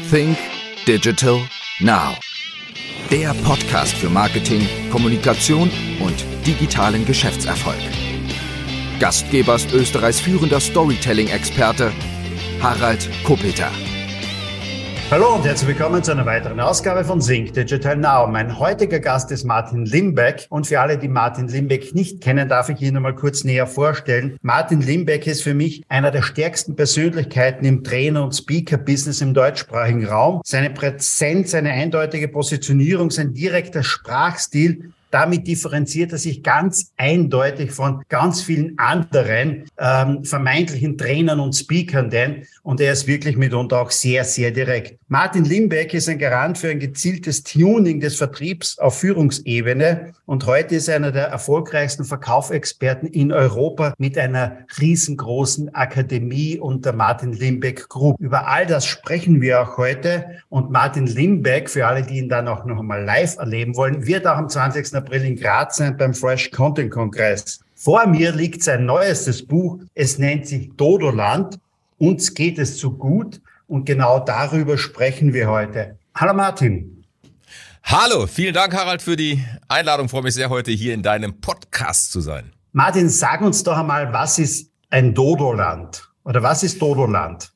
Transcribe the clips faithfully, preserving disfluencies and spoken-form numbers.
Think Digital Now. Der Podcast für Marketing, Kommunikation und digitalen Geschäftserfolg. Gastgeber ist Österreichs führender Storytelling-Experte Harald Kopeter. Hallo und herzlich willkommen zu einer weiteren Ausgabe von Think Digital Now. Mein heutiger Gast ist Martin Limbeck und für alle, die Martin Limbeck nicht kennen, darf ich ihn einmal kurz näher vorstellen. Martin Limbeck ist für mich einer der stärksten Persönlichkeiten im Trainer- und Speaker-Business im deutschsprachigen Raum. Seine Präsenz, seine eindeutige Positionierung, sein direkter Sprachstil, damit differenziert er sich ganz eindeutig von ganz vielen anderen ähm, vermeintlichen Trainern und Speakern, denn und er ist wirklich mitunter auch sehr, sehr direkt. Martin Limbeck ist ein Garant für ein gezieltes Tuning des Vertriebs auf Führungsebene und heute ist er einer der erfolgreichsten Verkaufsexperten in Europa mit einer riesengroßen Akademie und der Martin Limbeck Group. Über all das sprechen wir auch heute und Martin Limbeck, für alle, die ihn dann auch noch einmal live erleben wollen, wird auch am zwanzigsten April in Graz sein beim Fresh Content Kongress. Vor mir liegt sein neuestes Buch. Es nennt sich Dodoland. Uns geht es zu gut. Und genau darüber sprechen wir heute. Hallo Martin. Hallo, vielen Dank Harald für die Einladung. Ich freue mich sehr, heute hier in deinem Podcast zu sein. Martin, sag uns doch einmal, was ist ein Dodoland? Oder was ist Dodoland?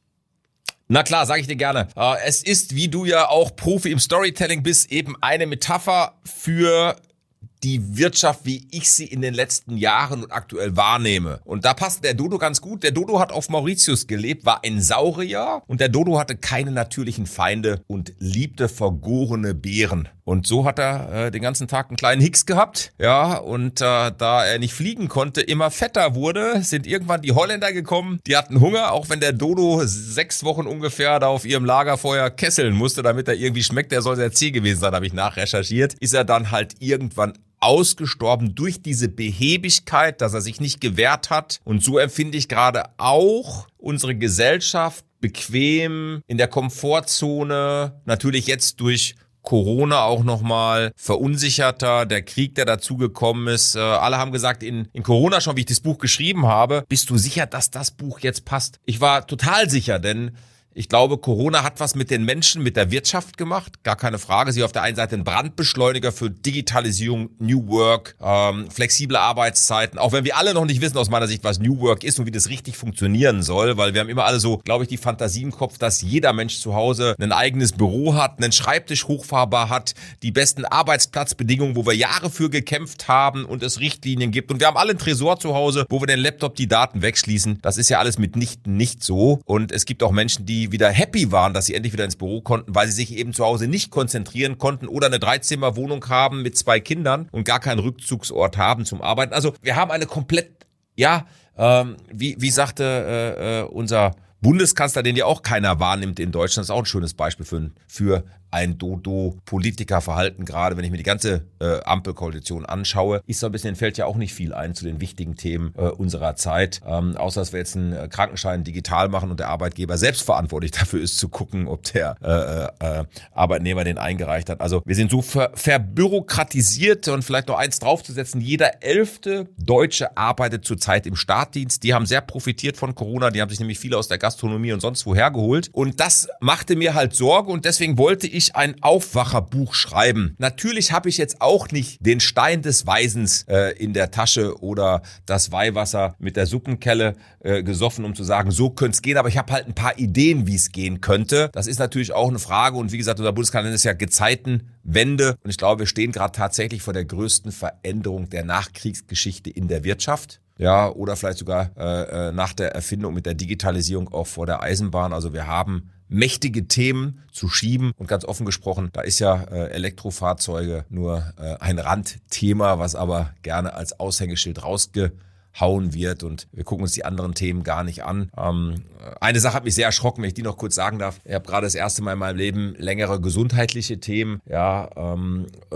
Na klar, sage ich dir gerne. Es ist, wie du ja auch Profi im Storytelling bist, eben eine Metapher für die Wirtschaft, wie ich sie in den letzten Jahren und aktuell wahrnehme. Und da passt der Dodo ganz gut. Der Dodo hat auf Mauritius gelebt, war ein Saurier und der Dodo hatte keine natürlichen Feinde und liebte vergorene Beeren. Und so hat er äh, den ganzen Tag einen kleinen Hicks gehabt. Ja, und äh, da er nicht fliegen konnte, immer fetter wurde, sind irgendwann die Holländer gekommen. Die hatten Hunger, auch wenn der Dodo sechs Wochen ungefähr da auf ihrem Lagerfeuer kesseln musste, damit er irgendwie schmeckt. Der soll sehr zäh gewesen sein, habe ich nachrecherchiert. Ist er dann halt irgendwann ausgestorben durch diese Behäbigkeit, dass er sich nicht gewehrt hat. Und so empfinde ich gerade auch unsere Gesellschaft bequem in der Komfortzone, natürlich jetzt durch Corona auch nochmal verunsicherter, der Krieg, der dazugekommen ist. Äh, alle haben gesagt, in, in Corona schon, wie ich das Buch geschrieben habe, bist du sicher, dass das Buch jetzt passt? Ich war total sicher, denn ich glaube, Corona hat was mit den Menschen, mit der Wirtschaft gemacht, gar keine Frage. Sie auf der einen Seite ein Brandbeschleuniger für Digitalisierung, New Work, ähm, flexible Arbeitszeiten. Auch wenn wir alle noch nicht wissen aus meiner Sicht, was New Work ist und wie das richtig funktionieren soll, weil wir haben immer alle so, glaube ich, die Fantasie im Kopf, dass jeder Mensch zu Hause ein eigenes Büro hat, einen Schreibtisch hochfahrbar hat, die besten Arbeitsplatzbedingungen, wo wir Jahre für gekämpft haben und es Richtlinien gibt. Und wir haben alle einen Tresor zu Hause, wo wir den Laptop, die Daten wegschließen. Das ist ja alles mitnichten nicht so. Und es gibt auch Menschen, die wieder happy waren, dass sie endlich wieder ins Büro konnten, weil sie sich eben zu Hause nicht konzentrieren konnten oder eine Dreizimmerwohnung haben mit zwei Kindern und gar keinen Rückzugsort haben zum Arbeiten. Also wir haben eine komplett, ja, ähm, wie, wie sagte äh, äh, unser Bundeskanzler, den ja auch keiner wahrnimmt in Deutschland, ist auch ein schönes Beispiel für, für ein Dodo-Politikerverhalten, gerade wenn ich mir die ganze äh, Ampelkoalition anschaue. Ist so ein bisschen, fällt ja auch nicht viel ein zu den wichtigen Themen äh, unserer Zeit, ähm, außer dass wir jetzt einen Krankenschein digital machen und der Arbeitgeber selbst verantwortlich dafür ist, zu gucken, ob der äh, äh, Arbeitnehmer den eingereicht hat. Also wir sind so ver- verbürokratisiert und vielleicht noch eins draufzusetzen, jeder elfte Deutsche arbeitet zurzeit im Staatsdienst. Die haben sehr profitiert von Corona, die haben sich nämlich viele aus der Gastronomie und sonst woher geholt. Und das machte mir halt Sorge und deswegen wollte ich ein Aufwacherbuch schreiben. Natürlich habe ich jetzt auch nicht den Stein des Weisens äh, in der Tasche oder das Weihwasser mit der Suppenkelle äh, gesoffen, um zu sagen, so könnte es gehen. Aber ich habe halt ein paar Ideen, wie es gehen könnte. Das ist natürlich auch eine Frage. Und wie gesagt, unser Bundeskanzler ist ja Gezeitenwende. Und ich glaube, wir stehen gerade tatsächlich vor der größten Veränderung der Nachkriegsgeschichte in der Wirtschaft. Ja, oder vielleicht sogar äh, nach der Erfindung mit der Digitalisierung auch vor der Eisenbahn. Also wir haben mächtige Themen zu schieben und ganz offen gesprochen, da ist ja äh, Elektrofahrzeuge nur äh, ein Randthema, was aber gerne als Aushängeschild rausgehauen wird und wir gucken uns die anderen Themen gar nicht an. Ähm, eine Sache hat mich sehr erschrocken, wenn ich die noch kurz sagen darf. Ich habe gerade das erste Mal in meinem Leben längere gesundheitliche Themen, ja, ähm, äh,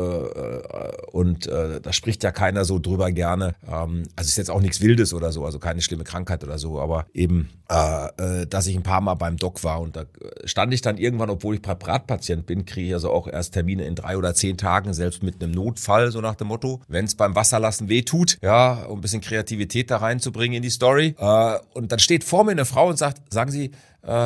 und äh, da spricht ja keiner so drüber gerne. Ähm, also ist jetzt auch nichts Wildes oder so, also keine schlimme Krankheit oder so, aber eben, äh, dass ich ein paar Mal beim Doc war und da stand ich dann irgendwann, obwohl ich Präparatpatient bin, kriege ich also auch erst Termine in drei oder zehn Tagen, selbst mit einem Notfall, so nach dem Motto, wenn es beim Wasserlassen weh tut, ja, um ein bisschen Kreativität da reinzubringen in die Story. Äh, und dann steht vor mir eine Frau und sagt, sagen Sie, äh,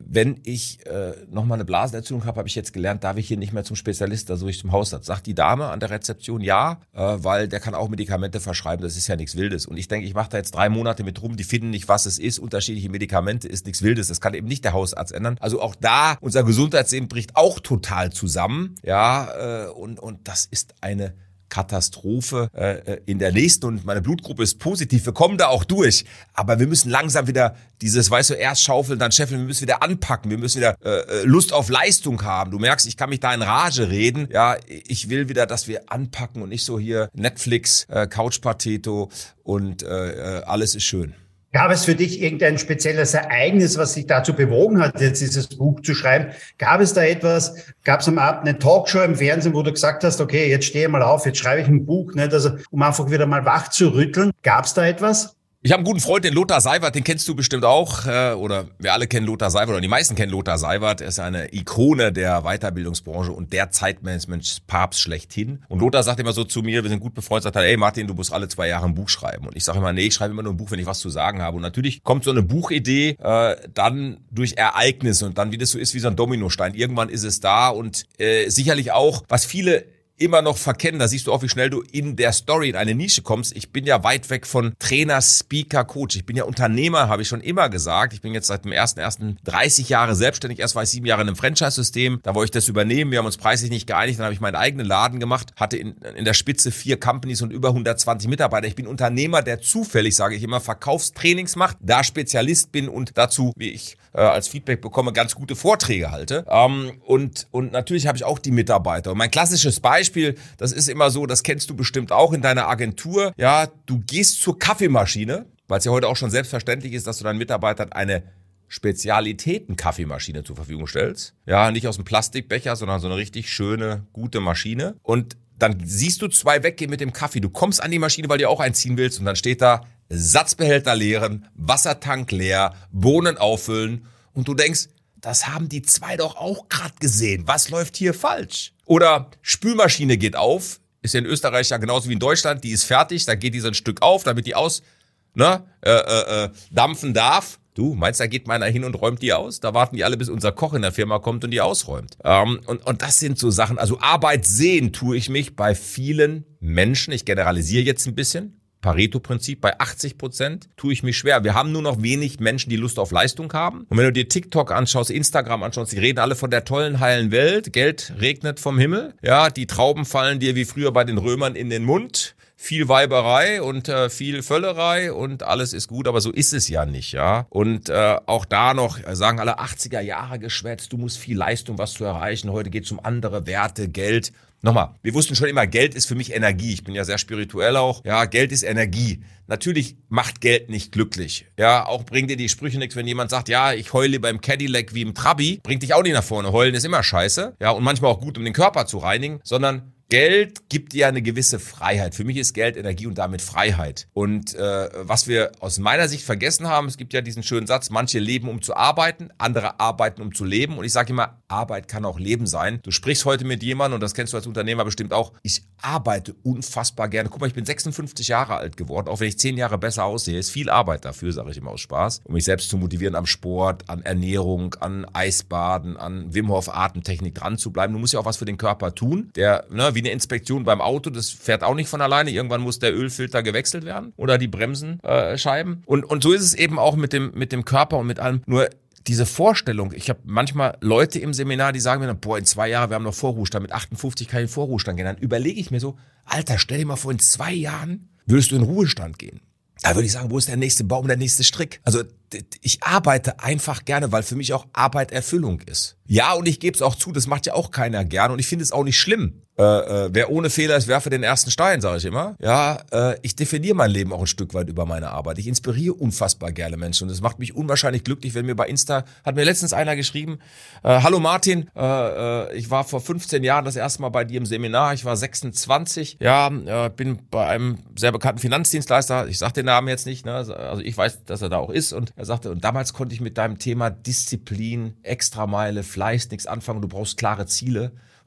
wenn ich äh, nochmal eine Blasenentzündung habe, habe ich jetzt gelernt, darf ich hier nicht mehr zum Spezialist, da suche ich zum Hausarzt. Sagt die Dame an der Rezeption ja, äh, weil der kann auch Medikamente verschreiben, das ist ja nichts Wildes. Und ich denke, ich mache da jetzt drei Monate mit rum, die finden nicht, was es ist, unterschiedliche Medikamente ist nichts Wildes, das kann eben nicht der Hausarzt ändern. Also auch da, unser Gesundheitssystem bricht auch total zusammen, ja, äh, und, und das ist eine Katastrophe äh, in der nächsten und meine Blutgruppe ist positiv, wir kommen da auch durch, aber wir müssen langsam wieder dieses, weißt du, erst schaufeln, dann scheffeln, wir müssen wieder anpacken, wir müssen wieder äh, Lust auf Leistung haben. Du merkst, ich kann mich da in Rage reden, ja, ich will wieder, dass wir anpacken und nicht so hier Netflix, äh, Couch-Potato und äh, alles ist schön. Gab es für dich irgendein spezielles Ereignis, was dich dazu bewogen hat, jetzt dieses Buch zu schreiben? Gab es da etwas, gab es am Abend eine Talkshow im Fernsehen, wo du gesagt hast, okay, jetzt stehe ich mal auf, jetzt schreibe ich ein Buch, nicht? Also, um einfach wieder mal wach zu rütteln. Gab es da etwas? Ich habe einen guten Freund, den Lothar Seiwert, den kennst du bestimmt auch, äh, oder wir alle kennen Lothar Seiwert, oder die meisten kennen Lothar Seiwert. Er ist eine Ikone der Weiterbildungsbranche und der Zeitmanagement-Papst schlechthin. Und Lothar sagt immer so zu mir, wir sind gut befreundet, sagt er, ey Martin, du musst alle zwei Jahre ein Buch schreiben. Und ich sage immer, nee, ich schreibe immer nur ein Buch, wenn ich was zu sagen habe. Und natürlich kommt so eine Buchidee äh, dann durch Ereignisse und dann, wie das so ist, wie so ein Dominostein. Irgendwann ist es da und äh, sicherlich auch, was viele immer noch verkennen, da siehst du auch, wie schnell du in der Story in eine Nische kommst. Ich bin ja weit weg von Trainer, Speaker, Coach. Ich bin ja Unternehmer, habe ich schon immer gesagt. Ich bin jetzt seit dem ersten ersten dreißig Jahre selbstständig. Erst war ich sieben Jahre in einem Franchise-System. Da wollte ich das übernehmen. Wir haben uns preislich nicht geeinigt. Dann habe ich meinen eigenen Laden gemacht. Hatte in, in der Spitze vier Companies und über hundertzwanzig Mitarbeiter. Ich bin Unternehmer, der zufällig, sage ich immer, Verkaufstrainings macht, da Spezialist bin und dazu, wie ich äh, als Feedback bekomme, ganz gute Vorträge halte. Ähm, und, und natürlich habe ich auch die Mitarbeiter. Und mein klassisches Beispiel, das ist immer so, das kennst du bestimmt auch in deiner Agentur. Ja, du gehst zur Kaffeemaschine, weil es ja heute auch schon selbstverständlich ist, dass du deinen Mitarbeitern eine Spezialitäten-Kaffeemaschine zur Verfügung stellst. Ja, nicht aus dem Plastikbecher, sondern so eine richtig schöne, gute Maschine. Und dann siehst du zwei weggehen mit dem Kaffee. Du kommst an die Maschine, weil du auch einziehen willst und dann steht da Satzbehälter leeren, Wassertank leer, Bohnen auffüllen und du denkst, das haben die zwei doch auch gerade gesehen. Was läuft hier falsch? Oder Spülmaschine geht auf, ist ja in Österreich ja genauso wie in Deutschland, die ist fertig, da geht die so ein Stück auf, damit die aus, ne, äh, äh, dampfen darf. Du meinst, da geht meiner hin und räumt die aus? Da warten die alle, bis unser Koch in der Firma kommt und die ausräumt. Ähm, und, und das sind so Sachen, also Arbeit sehen tue ich mich bei vielen Menschen, ich generalisiere jetzt ein bisschen, Pareto-Prinzip, bei achtzig Prozent tue ich mich schwer. Wir haben nur noch wenig Menschen, die Lust auf Leistung haben. Und wenn du dir TikTok anschaust, Instagram anschaust, die reden alle von der tollen, heilen Welt. Geld regnet vom Himmel. Ja, die Trauben fallen dir wie früher bei den Römern in den Mund. Viel Weiberei und äh, viel Völlerei und alles ist gut, aber so ist es ja nicht, ja. Und äh, auch da noch äh, sagen alle achtziger Jahre geschwätzt, du musst viel Leistung, was zu erreichen. Heute geht es um andere Werte, Geld. Nochmal, wir wussten schon immer, Geld ist für mich Energie. Ich bin ja sehr spirituell auch. Ja, Geld ist Energie. Natürlich macht Geld nicht glücklich. Ja, auch bringt dir die Sprüche nichts, wenn jemand sagt, ja, ich heule beim Cadillac wie im Trabi. Bringt dich auch nicht nach vorne. Heulen ist immer scheiße. Ja, und manchmal auch gut, um den Körper zu reinigen. Sondern Geld gibt dir eine gewisse Freiheit. Für mich ist Geld Energie und damit Freiheit. Und äh, was wir aus meiner Sicht vergessen haben, es gibt ja diesen schönen Satz, manche leben, um zu arbeiten, andere arbeiten, um zu leben. Und ich sage immer, Arbeit kann auch Leben sein. Du sprichst heute mit jemandem, und das kennst du als Unternehmer bestimmt auch, ich arbeite unfassbar gerne. Guck mal, ich bin sechsundfünfzig Jahre alt geworden, auch wenn ich zehn Jahre besser aussehe. Ist viel Arbeit dafür, sage ich immer aus Spaß, um mich selbst zu motivieren am Sport, an Ernährung, an Eisbaden, an Wim Hof Atemtechnik dran zu bleiben. Du musst ja auch was für den Körper tun, der, ne, wie eine Inspektion beim Auto, das fährt auch nicht von alleine. Irgendwann muss der Ölfilter gewechselt werden oder die Bremsenscheiben. Äh, und, und so ist es eben auch mit dem, mit dem Körper und mit allem. Nur diese Vorstellung, ich habe manchmal Leute im Seminar, die sagen mir, boah, in zwei Jahren, wir haben noch Vorruhestand, mit achtundfünfzig kann ich in Vorruhestand gehen. Dann überlege ich mir so, Alter, stell dir mal vor, in zwei Jahren würdest du in Ruhestand gehen. Da würde ich sagen, wo ist der nächste Baum, der nächste Strick? Also ich arbeite einfach gerne, weil für mich auch Arbeit Erfüllung ist. Ja, und ich gebe es auch zu, das macht ja auch keiner gern und ich finde es auch nicht schlimm. Äh, äh, wer ohne Fehler ist, werfe den ersten Stein, sage ich immer. Ja, äh, ich definiere mein Leben auch ein Stück weit über meine Arbeit. Ich inspiriere unfassbar gerne Menschen und es macht mich unwahrscheinlich glücklich, wenn mir bei Insta, hat mir letztens einer geschrieben, äh, hallo Martin, äh, äh, ich war vor fünfzehn Jahren das erste Mal bei dir im Seminar, ich war sechsundzwanzig, ja, äh, bin bei einem sehr bekannten Finanzdienstleister, ich sage den Namen jetzt nicht, ne? Also ich weiß, dass er da auch ist und er sagte, und damals konnte ich mit deinem Thema Disziplin, Extrameile, Fleiß nichts anfangen, du brauchst klare Ziele.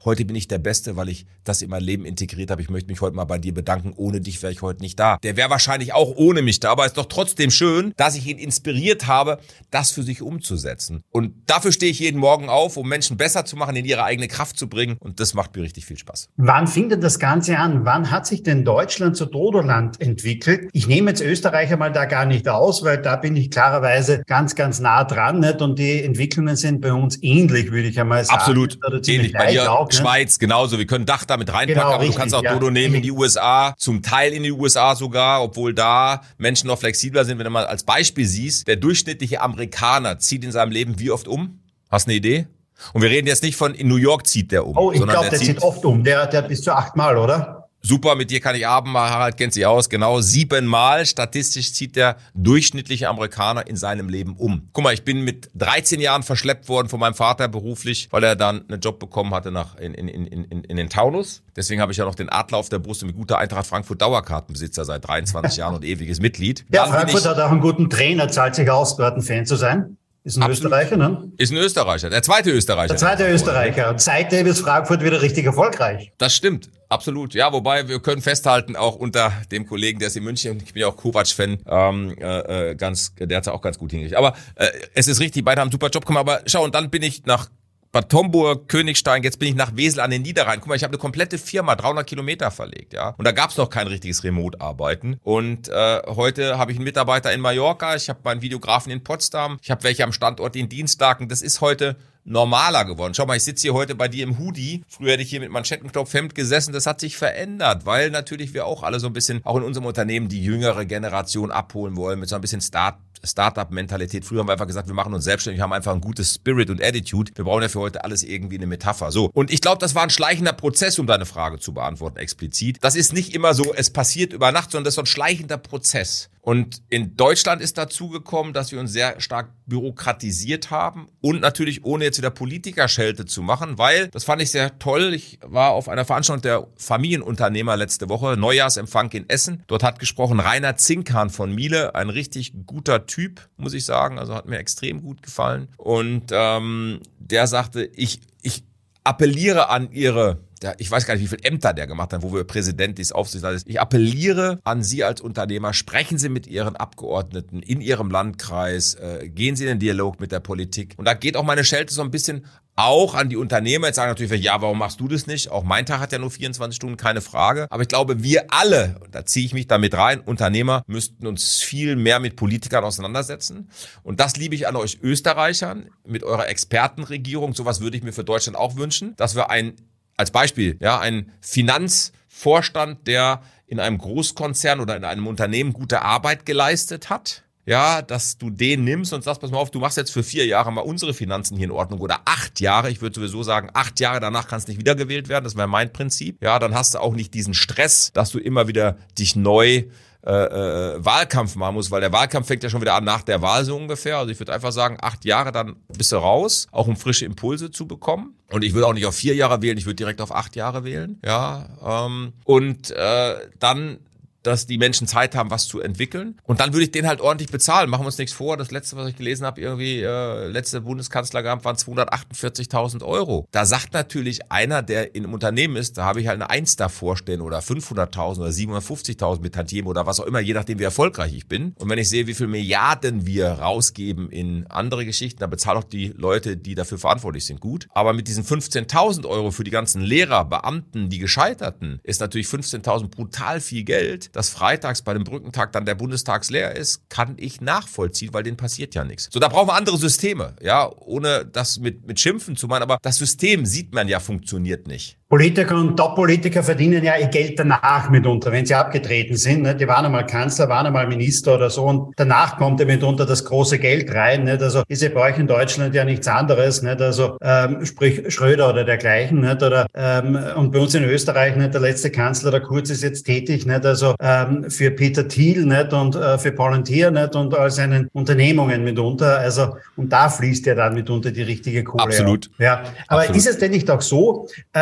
heute bin ich der Beste, weil ich das in mein Leben integriert habe. Ich möchte mich heute mal bei dir bedanken. Ohne dich wäre ich heute nicht da. Der wäre wahrscheinlich auch ohne mich da, aber es ist doch trotzdem schön, dass ich ihn inspiriert habe, das für sich umzusetzen. Und dafür stehe ich jeden Morgen auf, um Menschen besser zu machen, in ihre eigene Kraft zu bringen. Und das macht mir richtig viel Spaß. Wann fing denn das Ganze an? Wann hat sich denn Deutschland zu Dodoland entwickelt? Ich nehme jetzt Österreich einmal da gar nicht aus, weil da bin ich klarerweise ganz, ganz nah dran, nicht? Und die Entwicklungen sind bei uns ähnlich, würde ich einmal sagen. Absolut. Ähnlich. Bei dir auch, Schweiz genauso. Wir können Dach damit reinpacken, genau, aber richtig, du kannst auch ja. Dodo nehmen in die U S A, zum Teil in die U S A sogar, obwohl da Menschen noch flexibler sind. Wenn du mal als Beispiel siehst, der durchschnittliche Amerikaner zieht in seinem Leben wie oft um? Hast du eine Idee? Und wir reden jetzt nicht von, in New York zieht der um. Oh, ich glaube, der, der zieht oft um. Der, der bis zu achtmal, oder? Super, mit dir kann ich arbeiten, Harald kennt sich aus, genau siebenmal statistisch zieht der durchschnittliche Amerikaner in seinem Leben um. Guck mal, ich bin mit dreizehn Jahren verschleppt worden von meinem Vater beruflich, weil er dann einen Job bekommen hatte nach in, in, in, in, in den Taunus. Deswegen habe ich ja noch den Adler auf der Brust und mit guter Eintracht Frankfurt Dauerkartenbesitzer seit dreiundzwanzig Jahren und ewiges Mitglied. Ja, dann Frankfurt ich, hat auch einen guten Trainer, zahlt sich aus, dort ein Fan zu sein. Ist ein Absolut. Österreicher, ne? Ist ein Österreicher, der zweite Österreicher. Der zweite Österreicher. Und seitdem ist Frankfurt wieder richtig erfolgreich. Das stimmt, absolut. Ja, wobei wir können festhalten, auch unter dem Kollegen, der ist in München, ich bin ja auch Kovac-Fan, ähm, äh, ganz, der hat es auch ganz gut hingekriegt. Aber äh, es ist richtig, beide haben einen super Job gemacht. Aber schau, und dann bin ich nach Bad Homburg, Königstein, jetzt bin ich nach Wesel an den Niederrhein. Guck mal, ich habe eine komplette Firma, dreihundert Kilometer verlegt, ja. Und da gab's noch kein richtiges Remote-Arbeiten. Und äh, heute habe ich einen Mitarbeiter in Mallorca, ich habe meinen Videografen in Potsdam, ich habe welche am Standort in Dienstlaken. Das ist heute normaler geworden. Schau mal, ich sitze hier heute bei dir im Hoodie. Früher hätte ich hier mit Manschettenknopfhemd gesessen. Das hat sich verändert, weil natürlich wir auch alle so ein bisschen, auch in unserem Unternehmen, die jüngere Generation abholen wollen mit so ein bisschen Start Startup-Mentalität. Früher haben wir einfach gesagt, wir machen uns selbstständig, haben einfach ein gutes Spirit und Attitude. Wir brauchen ja für heute alles irgendwie eine Metapher. So. Und ich glaube, das war ein schleichender Prozess, um deine Frage zu beantworten, explizit. Das ist nicht immer so, es passiert über Nacht, sondern das ist so ein schleichender Prozess. Und in Deutschland ist dazu gekommen, dass wir uns sehr stark bürokratisiert haben und natürlich ohne jetzt wieder Politikerschelte zu machen, weil, das fand ich sehr toll, ich war auf einer Veranstaltung der Familienunternehmer letzte Woche, Neujahrsempfang in Essen. Dort hat gesprochen Rainer Zinkan von Miele, ein richtig guter Typ, muss ich sagen, also hat mir extrem gut gefallen. Und ähm, der sagte, ich, ich appelliere an Ihre, der, ich weiß gar nicht, wie viele Ämter der gemacht hat, wo wir Präsident des Aufsichtsrates ist. Ich appelliere an Sie als Unternehmer, sprechen Sie mit Ihren Abgeordneten in Ihrem Landkreis, äh, gehen Sie in den Dialog mit der Politik. Und da geht auch meine Schelte so ein bisschen auch an die Unternehmer. Jetzt sagen natürlich, ja, warum machst du das nicht? Auch mein Tag hat ja nur vierundzwanzig Stunden, keine Frage. Aber ich glaube, wir alle, und da ziehe ich mich damit rein, Unternehmer, müssten uns viel mehr mit Politikern auseinandersetzen. Und das liebe ich an euch Österreichern, mit eurer Expertenregierung. Sowas würde ich mir für Deutschland auch wünschen, dass wir ein, als Beispiel, ja, einen Finanzvorstand, der in einem Großkonzern oder in einem Unternehmen gute Arbeit geleistet hat, ja, dass du den nimmst und sagst, pass mal auf, du machst jetzt für vier Jahre mal unsere Finanzen hier in Ordnung oder acht Jahre. Ich würde sowieso sagen, acht Jahre danach kannst du nicht wiedergewählt werden. Das wäre mein Prinzip. Ja, dann hast du auch nicht diesen Stress, dass du immer wieder dich neu äh, äh, Wahlkampf machen musst, weil der Wahlkampf fängt ja schon wieder an nach der Wahl so ungefähr. Also ich würde einfach sagen, acht Jahre, dann bist du raus, auch um frische Impulse zu bekommen. Und ich würde auch nicht auf vier Jahre wählen, ich würde direkt auf acht Jahre wählen. Ja, ähm, und äh, dann dass die Menschen Zeit haben, was zu entwickeln. Und dann würde ich den halt ordentlich bezahlen. Machen wir uns nichts vor. Das letzte, was ich gelesen habe, irgendwie, äh, letzte Bundeskanzlerkampf waren zweihundertachtundvierzigtausend Euro. Da sagt natürlich einer, der in einem Unternehmen ist, da habe ich halt eine Eins davor stehen oder fünfhunderttausend oder siebenhundertfünfzigtausend mit Tantiemen oder was auch immer, je nachdem, wie erfolgreich ich bin. Und wenn ich sehe, wie viel Milliarden wir rausgeben in andere Geschichten, dann bezahle auch die Leute, die dafür verantwortlich sind, gut. Aber mit diesen fünfzehntausend Euro für die ganzen Lehrer, Beamten, die Gescheiterten, ist natürlich fünfzehntausend brutal viel Geld. Dass freitags bei dem Brückentag dann der Bundestag leer ist, kann ich nachvollziehen, weil denen passiert ja nichts. So, da brauchen wir andere Systeme, ja, ohne das mit, mit Schimpfen zu meinen, aber das System sieht man ja, funktioniert nicht. Politiker und Top-Politiker verdienen ja ihr Geld danach mitunter, wenn sie abgetreten sind. Ne? Die waren einmal Kanzler, waren einmal Minister oder so und danach kommt ja mitunter das große Geld rein. Nicht? Also ist ja bei euch in Deutschland ja nichts anderes. Nicht? Also ähm, sprich Schröder oder dergleichen. Nicht? Oder ähm, und bei uns in Österreich, nicht? Der letzte Kanzler, der Kurz, ist jetzt tätig. Nicht? Also ähm, für Peter Thiel nicht? Und äh, für Palantir nicht? Und all seinen Unternehmungen mitunter. Also und da fließt ja dann mitunter die richtige Kohle. Absolut. Ja. Aber Absolut. Ist es denn nicht auch so, äh,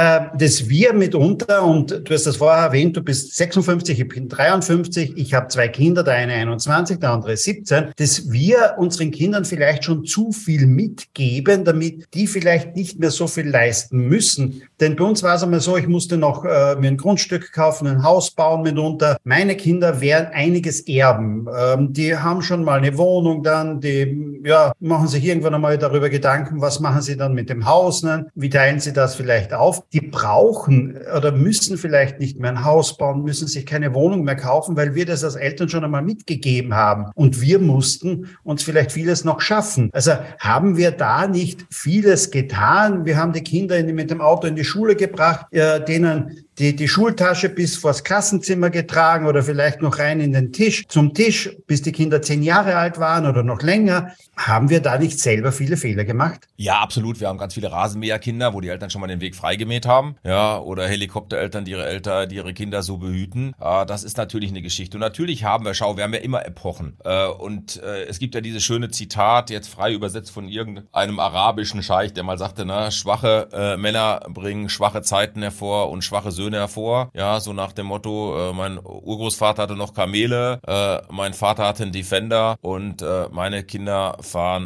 das wir mitunter, und du hast das vorher erwähnt, du bist sechsundfünfzig, ich bin dreiundfünfzig, ich habe zwei Kinder, der eine einundzwanzig, der andere siebzehn, dass wir unseren Kindern vielleicht schon zu viel mitgeben, damit die vielleicht nicht mehr so viel leisten müssen. Denn bei uns war es einmal so, ich musste noch äh, mir ein Grundstück kaufen, ein Haus bauen mitunter. Meine Kinder werden einiges erben. Ähm, die haben schon mal eine Wohnung dann, die ja, machen sich irgendwann einmal darüber Gedanken, was machen sie dann mit dem Haus, ne? Wie teilen sie das vielleicht auf? Die brauchen oder müssen vielleicht nicht mehr ein Haus bauen, müssen sich keine Wohnung mehr kaufen, weil wir das als Eltern schon einmal mitgegeben haben. Und wir mussten uns vielleicht vieles noch schaffen. Also haben wir da nicht vieles getan? Wir haben die Kinder in, mit dem Auto in die Schule gebracht, äh, denen die, die Schultasche bis vors Klassenzimmer getragen oder vielleicht noch rein in den Tisch, zum Tisch, bis die Kinder zehn Jahre alt waren oder noch länger. Haben wir da nicht selber viele Fehler gemacht? Ja, absolut. Wir haben ganz viele Rasenmäherkinder, wo die Eltern schon mal den Weg freigemäht haben. Ja, oder Helikoptereltern, die ihre Eltern, die ihre Kinder so behüten. Äh, das ist natürlich eine Geschichte. Und natürlich haben wir, schau, wir haben ja immer Epochen. Äh, und äh, es gibt ja dieses schöne Zitat, jetzt frei übersetzt von irgendeinem arabischen Scheich, der mal sagte, na, schwache äh, Männer bringen schwache Zeiten hervor und schwache Söhne hervor. Ja, so nach dem Motto, äh, mein Urgroßvater hatte noch Kamele, äh, mein Vater hatte einen Defender und äh, meine Kinder fahren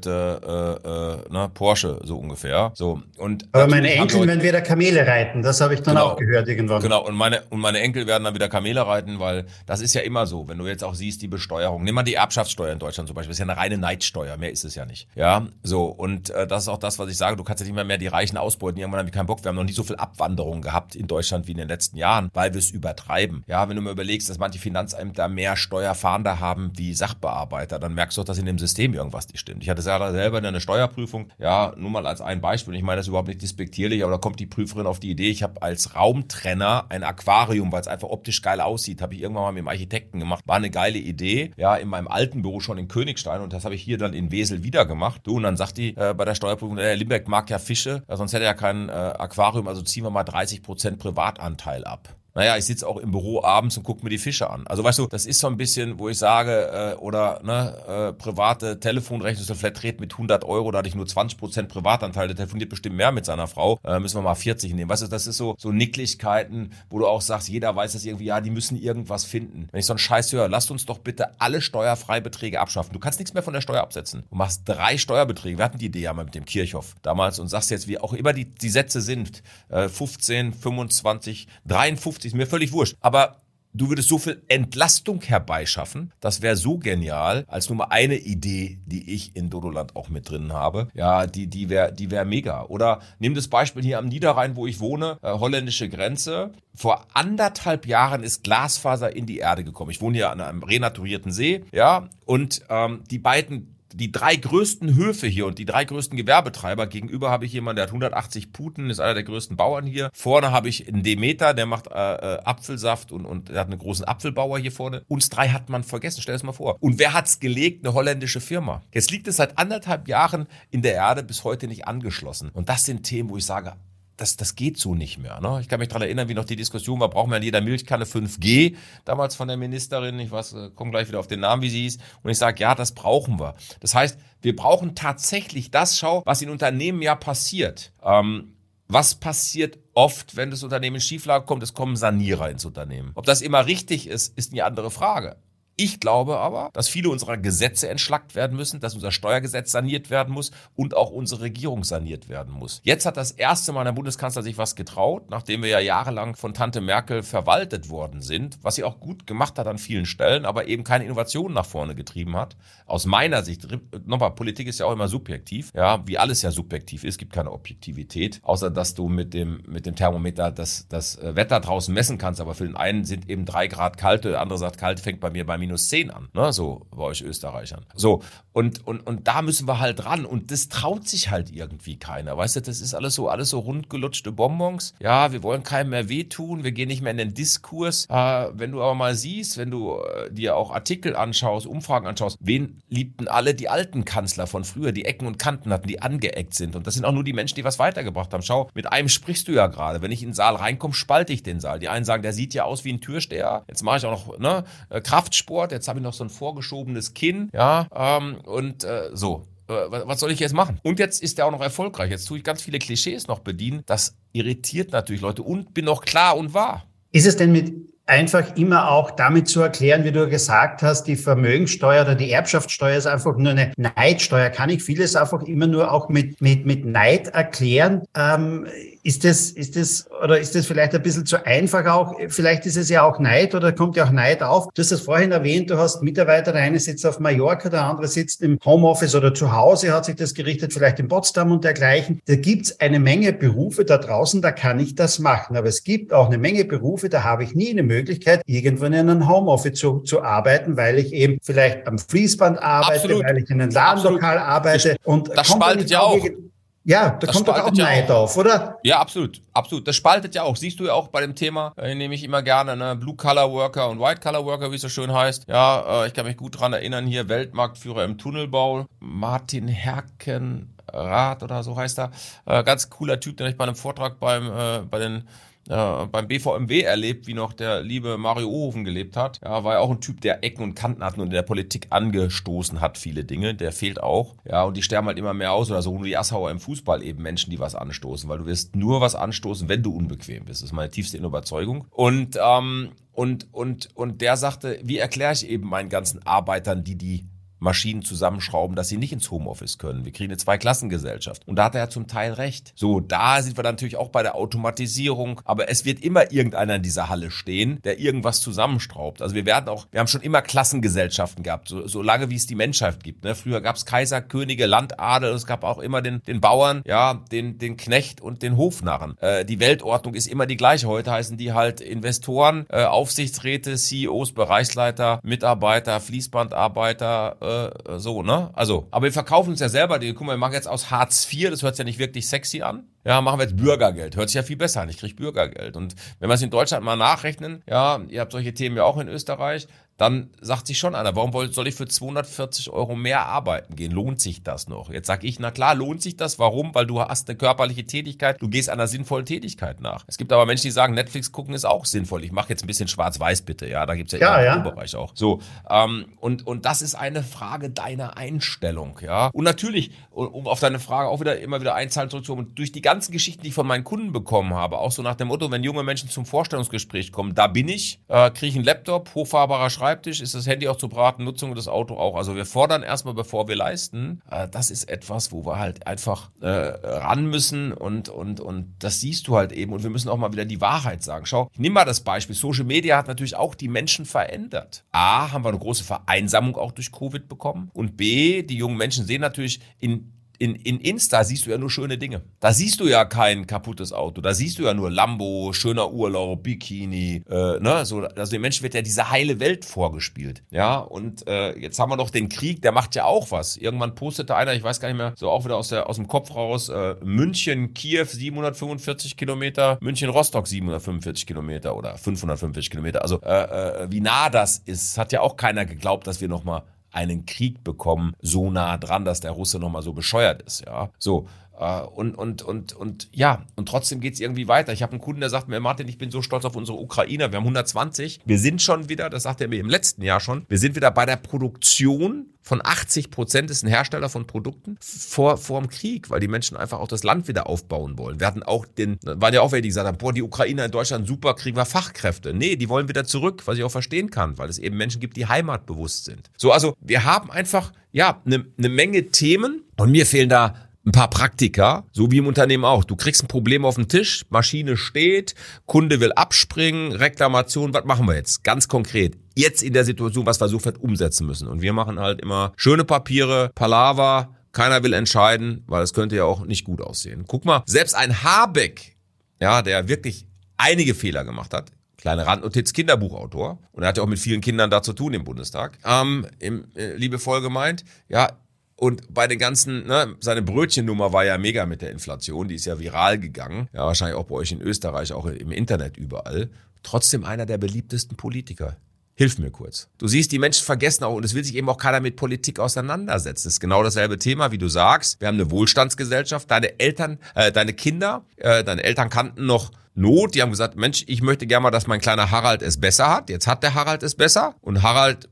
heute äh, äh, ne, Porsche, so ungefähr. So, und aber meine Enkel werden wieder Kamele reiten, das habe ich dann genau, auch gehört irgendwann. Genau, und meine, und meine Enkel werden dann wieder Kamele reiten, weil das ist ja immer so, wenn du jetzt auch siehst, die Besteuerung. Nimm mal die Erbschaftssteuer in Deutschland zum Beispiel, das ist ja eine reine Neidsteuer, mehr ist es ja nicht. Ja, so, und äh, das ist auch das, was ich sage, du kannst ja nicht mehr, mehr die Reichen ausbeuten, irgendwann haben wir keinen Bock, wir haben noch nie so viel Abwanderung gehabt in Deutschland wie in den letzten Jahren, weil wir es übertreiben. Ja, wenn du mir überlegst, dass manche Finanzämter mehr Steuerfahnder haben wie Sachbearbeiter, dann merkst du auch, dass in dem System irgendwas nicht stimmt. Ich hatte selber eine Steuerprüfung, ja, nur mal als ein Beispiel, ich meine das ist überhaupt nicht despektierlich, aber da kommt die Prüferin auf die Idee, ich habe als Raumtrenner ein Aquarium, weil es einfach optisch geil aussieht, habe ich irgendwann mal mit dem Architekten gemacht, war eine geile Idee, ja, in meinem alten Büro schon in Königstein und das habe ich hier dann in Wesel wieder gemacht. Du, und dann sagt die äh, bei der Steuerprüfung, der Limbeck mag ja Fische, ja, sonst hätte er ja kein äh, Aquarium, also ziehen wir mal dreißig Prozent Privatanteil ab. Naja, ich sitze auch im Büro abends und gucke mir die Fische an. Also weißt du, das ist so ein bisschen, wo ich sage, äh, oder ne, äh, private Telefonrechnung, so Flatrate mit hundert Euro, da hatte ich nur zwanzig Prozent Privatanteil, der telefoniert bestimmt mehr mit seiner Frau, äh, müssen wir mal vierzig nehmen. Weißt du, das ist so so Nicklichkeiten, wo du auch sagst, jeder weiß das irgendwie, ja, die müssen irgendwas finden. Wenn ich so einen Scheiß höre, lasst uns doch bitte alle Steuerfreibeträge abschaffen. Du kannst nichts mehr von der Steuer absetzen. Du machst drei Steuerbeträge. Wir hatten die Idee ja mal mit dem Kirchhoff damals und sagst jetzt, wie auch immer die, die Sätze sind, äh, fünfzehn, fünfundzwanzig, dreiundfünfzig, ist mir völlig wurscht. Aber du würdest so viel Entlastung herbeischaffen, das wäre so genial, als nur mal eine Idee, die ich in Dodoland auch mit drin habe. Ja, die, die wäre die wär mega. Oder nimm das Beispiel hier am Niederrhein, wo ich wohne, äh, holländische Grenze. Vor anderthalb Jahren ist Glasfaser in die Erde gekommen. Ich wohne hier an einem renaturierten See, ja, und ähm, die beiden Die drei größten Höfe hier und die drei größten Gewerbetreiber, gegenüber habe ich jemanden, der hat hundertachtzig Puten, ist einer der größten Bauern hier. Vorne habe ich einen Demeter, der macht äh, äh, Apfelsaft und, und der hat einen großen Apfelbauer hier vorne. Uns drei hat man vergessen, stell es mal vor. Und wer hat's gelegt? Eine holländische Firma. Jetzt liegt es seit anderthalb Jahren in der Erde, bis heute nicht angeschlossen. Und das sind Themen, wo ich sage, Das, das geht so nicht mehr. Ne? Ich kann mich daran erinnern, wie noch die Diskussion war, brauchen wir an jeder Milchkanne fünf G, damals von der Ministerin, ich weiß, komme gleich wieder auf den Namen, wie sie hieß, und ich sage, ja, das brauchen wir. Das heißt, wir brauchen tatsächlich das, schau, was in Unternehmen ja passiert. Ähm, was passiert oft, wenn das Unternehmen in Schieflage kommt? Es kommen Sanierer ins Unternehmen. Ob das immer richtig ist, ist eine andere Frage. Ich glaube aber, dass viele unserer Gesetze entschlackt werden müssen, dass unser Steuergesetz saniert werden muss und auch unsere Regierung saniert werden muss. Jetzt hat das erste Mal der Bundeskanzler sich was getraut, nachdem wir ja jahrelang von Tante Merkel verwaltet worden sind, was sie auch gut gemacht hat an vielen Stellen, aber eben keine Innovationen nach vorne getrieben hat. Aus meiner Sicht, nochmal, Politik ist ja auch immer subjektiv, ja, wie alles ja subjektiv ist, gibt keine Objektivität, außer dass du mit dem, mit dem Thermometer das, das Wetter draußen messen kannst, aber für den einen sind eben drei Grad kalt, der andere sagt, kalt fängt bei mir bei mir minus zehn an, ne, so bei euch Österreichern. So, und, und, und da müssen wir halt ran und das traut sich halt irgendwie keiner, weißt du, das ist alles so, alles so rundgelutschte Bonbons, ja, wir wollen keinem mehr wehtun, wir gehen nicht mehr in den Diskurs, äh, wenn du aber mal siehst, wenn du äh, dir auch Artikel anschaust, Umfragen anschaust, wen liebten alle die alten Kanzler von früher, die Ecken und Kanten hatten, die angeeckt sind und das sind auch nur die Menschen, die was weitergebracht haben. Schau, mit einem sprichst du ja gerade, wenn ich in den Saal reinkomme, spalte ich den Saal, die einen sagen, der sieht ja aus wie ein Türsteher, jetzt mache ich auch noch, ne, Kraftsport, jetzt habe ich noch so ein vorgeschobenes Kinn, ja, ähm, und äh, so. was soll ich jetzt machen? Und jetzt ist er auch noch erfolgreich. Jetzt tue ich ganz viele Klischees noch bedienen. Das irritiert natürlich Leute und bin auch klar und wahr. Ist es denn mit einfach immer auch damit zu erklären, wie du gesagt hast, die Vermögenssteuer oder die Erbschaftssteuer ist einfach nur eine Neidsteuer. Kann ich vieles einfach immer nur auch mit, mit, mit Neid erklären? Ähm, ist das, ist das, oder ist das vielleicht ein bisschen zu einfach auch? Vielleicht ist es ja auch Neid oder kommt ja auch Neid auf. Du hast das vorhin erwähnt, du hast Mitarbeiter, der eine sitzt auf Mallorca, der andere sitzt im Homeoffice oder zu Hause, hat sich das gerichtet, vielleicht in Potsdam und dergleichen. Da gibt's eine Menge Berufe da draußen, da kann ich das machen. Aber es gibt auch eine Menge Berufe, da habe ich nie eine Möglichkeit, irgendwo in einem Homeoffice zu, zu arbeiten, weil ich eben vielleicht am Fließband arbeite, Absolut. weil ich in einem Ladenlokal Absolut. arbeite. Das, und das spaltet ja auch. Ja, da das kommt doch auch ja Neid auch. auf, oder? Ja, absolut, absolut. Das spaltet ja auch. Siehst du ja auch bei dem Thema, äh, nehme ich immer gerne, ne, Blue-Collar-Worker und White-Collar-Worker, wie es so schön heißt. Ja, äh, ich kann mich gut dran erinnern, hier Weltmarktführer im Tunnelbau, Martin Herkenrath oder so heißt er. Äh, ganz cooler Typ, den ich bei einem Vortrag beim, äh, bei den Äh, beim B V M W erlebt, wie noch der liebe Mario Ohofen gelebt hat. Ja, war ja auch ein Typ, der Ecken und Kanten hat und in der Politik angestoßen hat, viele Dinge. Der fehlt auch. Ja, und die sterben halt immer mehr aus oder so wie Assauer im Fußball eben Menschen, die was anstoßen, weil du wirst nur was anstoßen, wenn du unbequem bist. Das ist meine tiefste Überzeugung. Und, ähm, und, und, und der sagte, wie erkläre ich eben meinen ganzen Arbeitern, die die Maschinen zusammenschrauben, dass sie nicht ins Homeoffice können. Wir kriegen eine Zweiklassengesellschaft. Und da hat er ja zum Teil recht. So, da sind wir dann natürlich auch bei der Automatisierung. Aber es wird immer irgendeiner in dieser Halle stehen, der irgendwas zusammenschraubt. Also wir werden auch, wir haben schon immer Klassengesellschaften gehabt, so, so lange wie es die Menschheit gibt. Ne? Früher gab es Kaiser, Könige, Landadel, es gab auch immer den, den Bauern, ja, den, den Knecht und den Hofnarren. Äh, die Weltordnung ist immer die gleiche. Heute heißen die halt Investoren, äh, Aufsichtsräte, C E Os, Bereichsleiter, Mitarbeiter, Fließbandarbeiter, so, ne? Also, aber wir verkaufen uns ja selber, die, guck mal, wir machen jetzt aus Hartz vier, das hört sich ja nicht wirklich sexy an. Ja, machen wir jetzt Bürgergeld. Hört sich ja viel besser an. Ich kriege Bürgergeld. Und wenn wir es in Deutschland mal nachrechnen, ja, ihr habt solche Themen ja auch in Österreich, dann sagt sich schon einer, warum soll ich für zweihundertvierzig Euro mehr arbeiten gehen? Lohnt sich das noch? Jetzt sag ich, na klar, lohnt sich das. Warum? Weil du hast eine körperliche Tätigkeit, du gehst einer sinnvollen Tätigkeit nach. Es gibt aber Menschen, die sagen, Netflix gucken ist auch sinnvoll. Ich mache jetzt ein bisschen schwarz-weiß bitte, ja, da gibt's ja, ja immer im Bereich auch. So, ähm, und, und das ist eine Frage deiner Einstellung, ja. Und natürlich, um auf deine Frage auch wieder immer wieder einzahlen zurückzukommen, durch die ganzen Geschichten, die ich von meinen Kunden bekommen habe, auch so nach dem Motto, wenn junge Menschen zum Vorstellungsgespräch kommen, da bin ich, äh, kriege ich einen Laptop, hochfahrbarer Schreibtisch, ist das Handy auch zur privaten Nutzung und das Auto auch. Also wir fordern erstmal, bevor wir leisten. Äh, das ist etwas, wo wir halt einfach äh, ran müssen und, und, und das siehst du halt eben. Und wir müssen auch mal wieder die Wahrheit sagen. Schau, ich nehme mal das Beispiel. Social Media hat natürlich auch die Menschen verändert. A, haben wir eine große Vereinsamung auch durch Covid bekommen. Und B, die jungen Menschen sehen natürlich in In, in Insta siehst du ja nur schöne Dinge. Da siehst du ja kein kaputtes Auto. Da siehst du ja nur Lambo, schöner Urlaub, Bikini. Äh, ne? so, also den Menschen wird ja diese heile Welt vorgespielt. Ja, und äh, jetzt haben wir noch den Krieg, der macht ja auch was. Irgendwann postete einer, ich weiß gar nicht mehr, so auch wieder aus, der, aus dem Kopf raus, äh, München, Kiew siebenhundertfünfundvierzig Kilometer, München, Rostock siebenhundertfünfundvierzig Kilometer oder fünfhundertfünfundvierzig Kilometer. Also äh, äh, wie nah das ist, hat ja auch keiner geglaubt, dass wir nochmal einen Krieg bekommen, so nah dran, dass der Russe nochmal so bescheuert ist, ja. So, äh, und, und, und, und, ja, und trotzdem geht's irgendwie weiter. Ich habe einen Kunden, der sagt mir, Martin, ich bin so stolz auf unsere Ukrainer, wir haben hundertzwanzig, wir sind schon wieder, das sagt er mir im letzten Jahr schon, wir sind wieder bei der Produktion von achtzig Prozent, ist ein Hersteller von Produkten, vor, vor dem Krieg, weil die Menschen einfach auch das Land wieder aufbauen wollen. Wir hatten auch den, waren ja auch welche, die gesagt haben, boah, die Ukrainer in Deutschland, super, kriegen wir Fachkräfte. Nee, die wollen wieder zurück, was ich auch verstehen kann, weil es eben Menschen gibt, die heimatbewusst sind. So, also wir haben einfach, ja, eine ne Menge Themen und mir fehlen da ein paar Praktika, so wie im Unternehmen auch. Du kriegst ein Problem auf den Tisch, Maschine steht, Kunde will abspringen, Reklamation, was machen wir jetzt? Ganz konkret. Jetzt in der Situation, was wir sofort umsetzen müssen. Und wir machen halt immer schöne Papiere, Palaver, keiner will entscheiden, weil es könnte ja auch nicht gut aussehen. Guck mal, selbst ein Habeck, ja, der wirklich einige Fehler gemacht hat, kleine Randnotiz, Kinderbuchautor, und er hat ja auch mit vielen Kindern da zu tun im Bundestag, ähm, im, äh, liebevoll gemeint, ja, und bei den ganzen, ne, seine Brötchennummer war ja mega mit der Inflation, die ist ja viral gegangen. Ja, wahrscheinlich auch bei euch in Österreich, auch im Internet überall. Trotzdem einer der beliebtesten Politiker. Hilf mir kurz. Du siehst, die Menschen vergessen auch, und es will sich eben auch keiner mit Politik auseinandersetzen. Das ist genau dasselbe Thema, wie du sagst. Wir haben eine Wohlstandsgesellschaft. Deine Eltern, äh, deine Kinder, äh, deine Eltern kannten noch Not. Die haben gesagt, Mensch, ich möchte gerne mal, dass mein kleiner Harald es besser hat. Jetzt hat der Harald es besser. Und Harald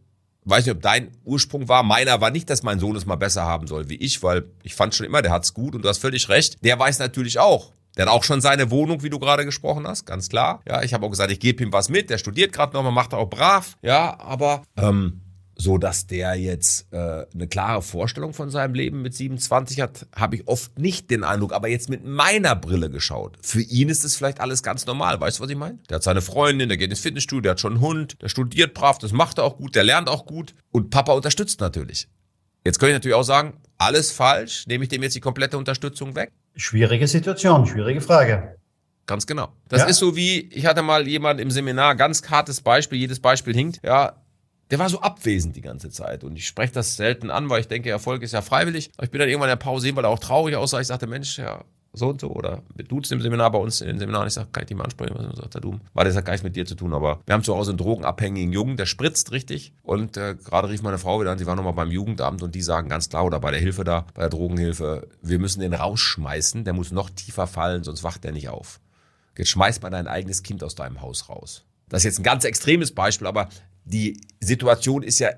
weiß nicht, ob dein Ursprung war. Meiner war nicht, dass mein Sohn es mal besser haben soll wie ich, weil ich fand schon immer, der hat's gut und du hast völlig recht. Der weiß natürlich auch. Der hat auch schon seine Wohnung, wie du gerade gesprochen hast, ganz klar. Ja, ich habe auch gesagt, ich gebe ihm was mit. Der studiert gerade nochmal, macht er auch brav. Ja, aber ähm, so, dass der jetzt äh, eine klare Vorstellung von seinem Leben mit siebenundzwanzig hat, habe ich oft nicht den Eindruck. Aber jetzt mit meiner Brille geschaut. Für ihn ist es vielleicht alles ganz normal. Weißt du, was ich meine? Der hat seine Freundin, der geht ins Fitnessstudio, der hat schon einen Hund, der studiert brav, das macht er auch gut, der lernt auch gut. Und Papa unterstützt natürlich. Jetzt könnte ich natürlich auch sagen, alles falsch, nehme ich dem jetzt die komplette Unterstützung weg? Schwierige Situation, schwierige Frage. Ganz genau. Das ja. ist so wie, ich hatte mal jemanden im Seminar, ganz hartes Beispiel, jedes Beispiel hinkt, ja, der war so abwesend die ganze Zeit und ich spreche das selten an, weil ich denke, Erfolg ist ja freiwillig. Aber ich bin dann irgendwann in der Pause hin, weil er auch traurig aussah. Ich sagte, Mensch, ja, so und so oder mit duzen im Seminar bei uns in den Seminaren. Ich sage, kann ich dich mal ansprechen? Was sagt er, du? Weil das hat gar nichts mit dir zu tun, aber wir haben zu Hause einen drogenabhängigen Jungen, der spritzt richtig und äh, gerade rief meine Frau wieder an, sie war nochmal beim Jugendamt und die sagen ganz klar oder bei der Hilfe da, bei der Drogenhilfe, wir müssen den rausschmeißen, der muss noch tiefer fallen, sonst wacht der nicht auf. Jetzt schmeiß mal dein eigenes Kind aus deinem Haus raus. Das ist jetzt ein ganz extremes Beispiel, aber die Situation ist ja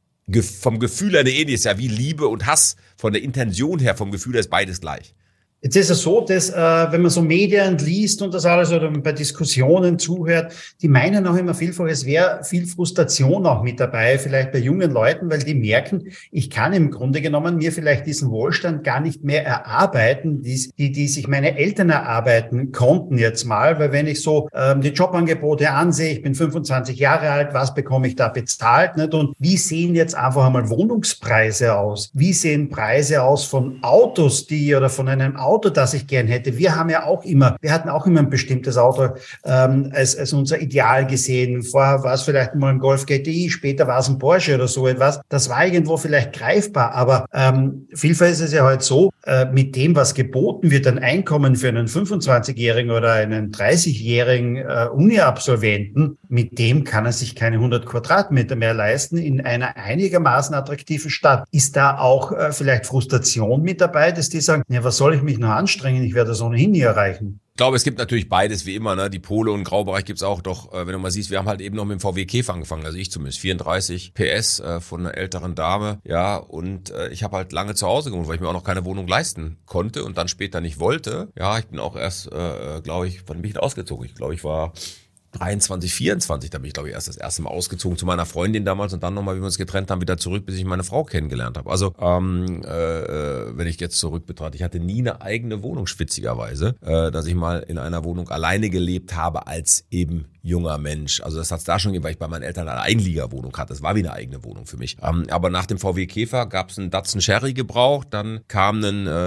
vom Gefühl her eine ähnliche, ist ja wie Liebe und Hass, von der Intention her, vom Gefühl her ist beides gleich. Jetzt ist es so, dass, äh, wenn man so Medien liest und das alles oder bei Diskussionen zuhört, die meinen auch immer vielfach, es wäre viel Frustration auch mit dabei, vielleicht bei jungen Leuten, weil die merken, ich kann im Grunde genommen mir vielleicht diesen Wohlstand gar nicht mehr erarbeiten, die, die, die sich meine Eltern erarbeiten konnten jetzt mal, weil wenn ich so ähm, die Jobangebote ansehe, ich bin fünfundzwanzig Jahre alt, was bekomme ich da bezahlt, nicht? Und wie sehen jetzt einfach einmal Wohnungspreise aus? Wie sehen Preise aus von Autos, die oder von einem Auto, Auto, das ich gern hätte. Wir haben ja auch immer, wir hatten auch immer ein bestimmtes Auto ähm, als, als unser Ideal gesehen. Vorher war es vielleicht mal ein Golf G T I, später war es ein Porsche oder so etwas. Das war irgendwo vielleicht greifbar, aber ähm, vielfach ist es ja halt so, äh, mit dem, was geboten wird, ein Einkommen für einen fünfundzwanzigjährigen oder einen dreißigjährigen äh, Uni-Absolventen, mit dem kann er sich keine hundert Quadratmeter mehr leisten in einer einigermaßen attraktiven Stadt. Ist da auch äh, vielleicht Frustration mit dabei, dass die sagen, ja, was soll ich mich noch anstrengen, ich werde das ohnehin nie erreichen? Ich glaube, es gibt natürlich beides, wie immer, ne? Die Pole- und Graubereich gibt's auch, doch, äh, wenn du mal siehst, wir haben halt eben noch mit dem V W Käfer angefangen, also ich zumindest, vierunddreißig P S äh, von einer älteren Dame, ja, und äh, ich habe halt lange zu Hause gewohnt, weil ich mir auch noch keine Wohnung leisten konnte und dann später nicht wollte. Ja, ich bin auch erst, äh, glaube ich, wann bin ich ausgezogen? Ich glaube, ich war dreiundzwanzig, vierundzwanzig, da bin ich, glaube ich, erst das erste Mal ausgezogen zu meiner Freundin damals und dann nochmal, wie wir uns getrennt haben, wieder zurück, bis ich meine Frau kennengelernt habe. Also, ähm, äh, wenn ich jetzt zurück betrachte, ich hatte nie eine eigene Wohnung, schwitzigerweise, äh, dass ich mal in einer Wohnung alleine gelebt habe als eben junger Mensch. Also das hat's da schon gegeben, weil ich bei meinen Eltern eine Eigenliegerwohnung hatte. Das war wie eine eigene Wohnung für mich. Ähm, aber nach dem V W Käfer gab's einen Datsun Cherry gebraucht, dann kam ein äh,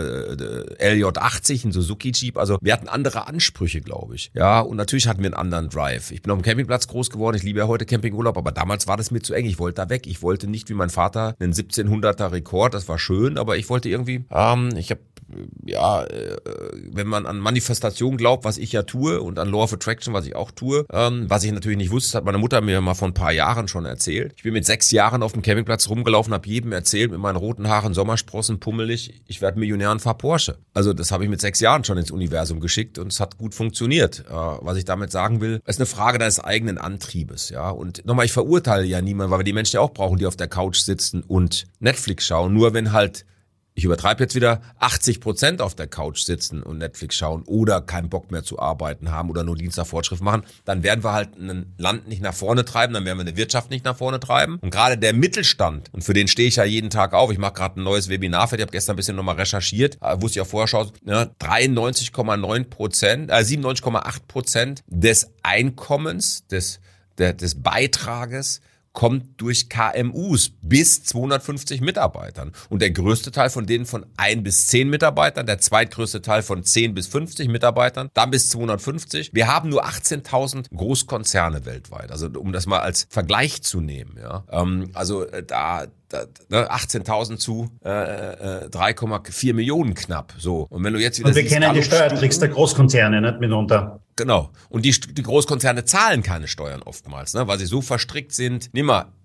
L J achtzig, ein Suzuki Jeep. Also wir hatten andere Ansprüche, glaube ich. Ja, und natürlich hatten wir einen anderen Drive. Ich bin auf dem Campingplatz groß geworden. Ich liebe ja heute Campingurlaub, aber damals war das mir zu eng. Ich wollte da weg. Ich wollte nicht wie mein Vater einen siebzehnhunderter Rekord. Das war schön, aber ich wollte irgendwie, ähm, ich habe ja, äh, wenn man an Manifestation glaubt, was ich ja tue und an Law of Attraction, was ich auch tue, ähm, was ich natürlich nicht wusste, hat meine Mutter mir mal vor ein paar Jahren schon erzählt. Ich bin mit sechs Jahren auf dem Campingplatz rumgelaufen, habe jedem erzählt, mit meinen roten Haaren, Sommersprossen, pummelig, ich werde Millionär und fahr Porsche. Also das habe ich mit sechs Jahren schon ins Universum geschickt und es hat gut funktioniert. Äh, was ich damit sagen will, ist eine Frage deines eigenen Antriebes. Ja. Und nochmal, ich verurteile ja niemanden, weil wir die Menschen ja auch brauchen, die auf der Couch sitzen und Netflix schauen. Nur wenn halt, ich übertreibe jetzt wieder, achtzig Prozent auf der Couch sitzen und Netflix schauen oder keinen Bock mehr zu arbeiten haben oder nur Dienst nach Vorschrift machen, dann werden wir halt ein Land nicht nach vorne treiben, dann werden wir eine Wirtschaft nicht nach vorne treiben. Und gerade der Mittelstand, und für den stehe ich ja jeden Tag auf, ich mache gerade ein neues Webinar fertig, ich habe gestern ein bisschen nochmal recherchiert, wusste ich auch vorher schon, ne, dreiundneunzig Komma neun Prozent, äh, siebenundneunzig Komma acht Prozent des Einkommens, des, der, des Beitrages kommt durch K M Us bis zweihundertfünfzig Mitarbeitern. Und der größte Teil von denen von ein bis zehn Mitarbeitern, der zweitgrößte Teil von zehn bis fünfzig Mitarbeitern, dann bis zweihundertfünfzig. Wir haben nur achtzehntausend Großkonzerne weltweit. Also um das mal als Vergleich zu nehmen. Ja, ähm, also da... achtzehntausend zu äh, äh, drei Komma vier Millionen knapp. So. Und wenn du jetzt wieder Und wir siehst, kennen die Steuertricks der Großkonzerne nicht mitunter. Genau. Und die, die Großkonzerne zahlen keine Steuern oftmals, ne, weil sie so verstrickt sind. Nimm mal,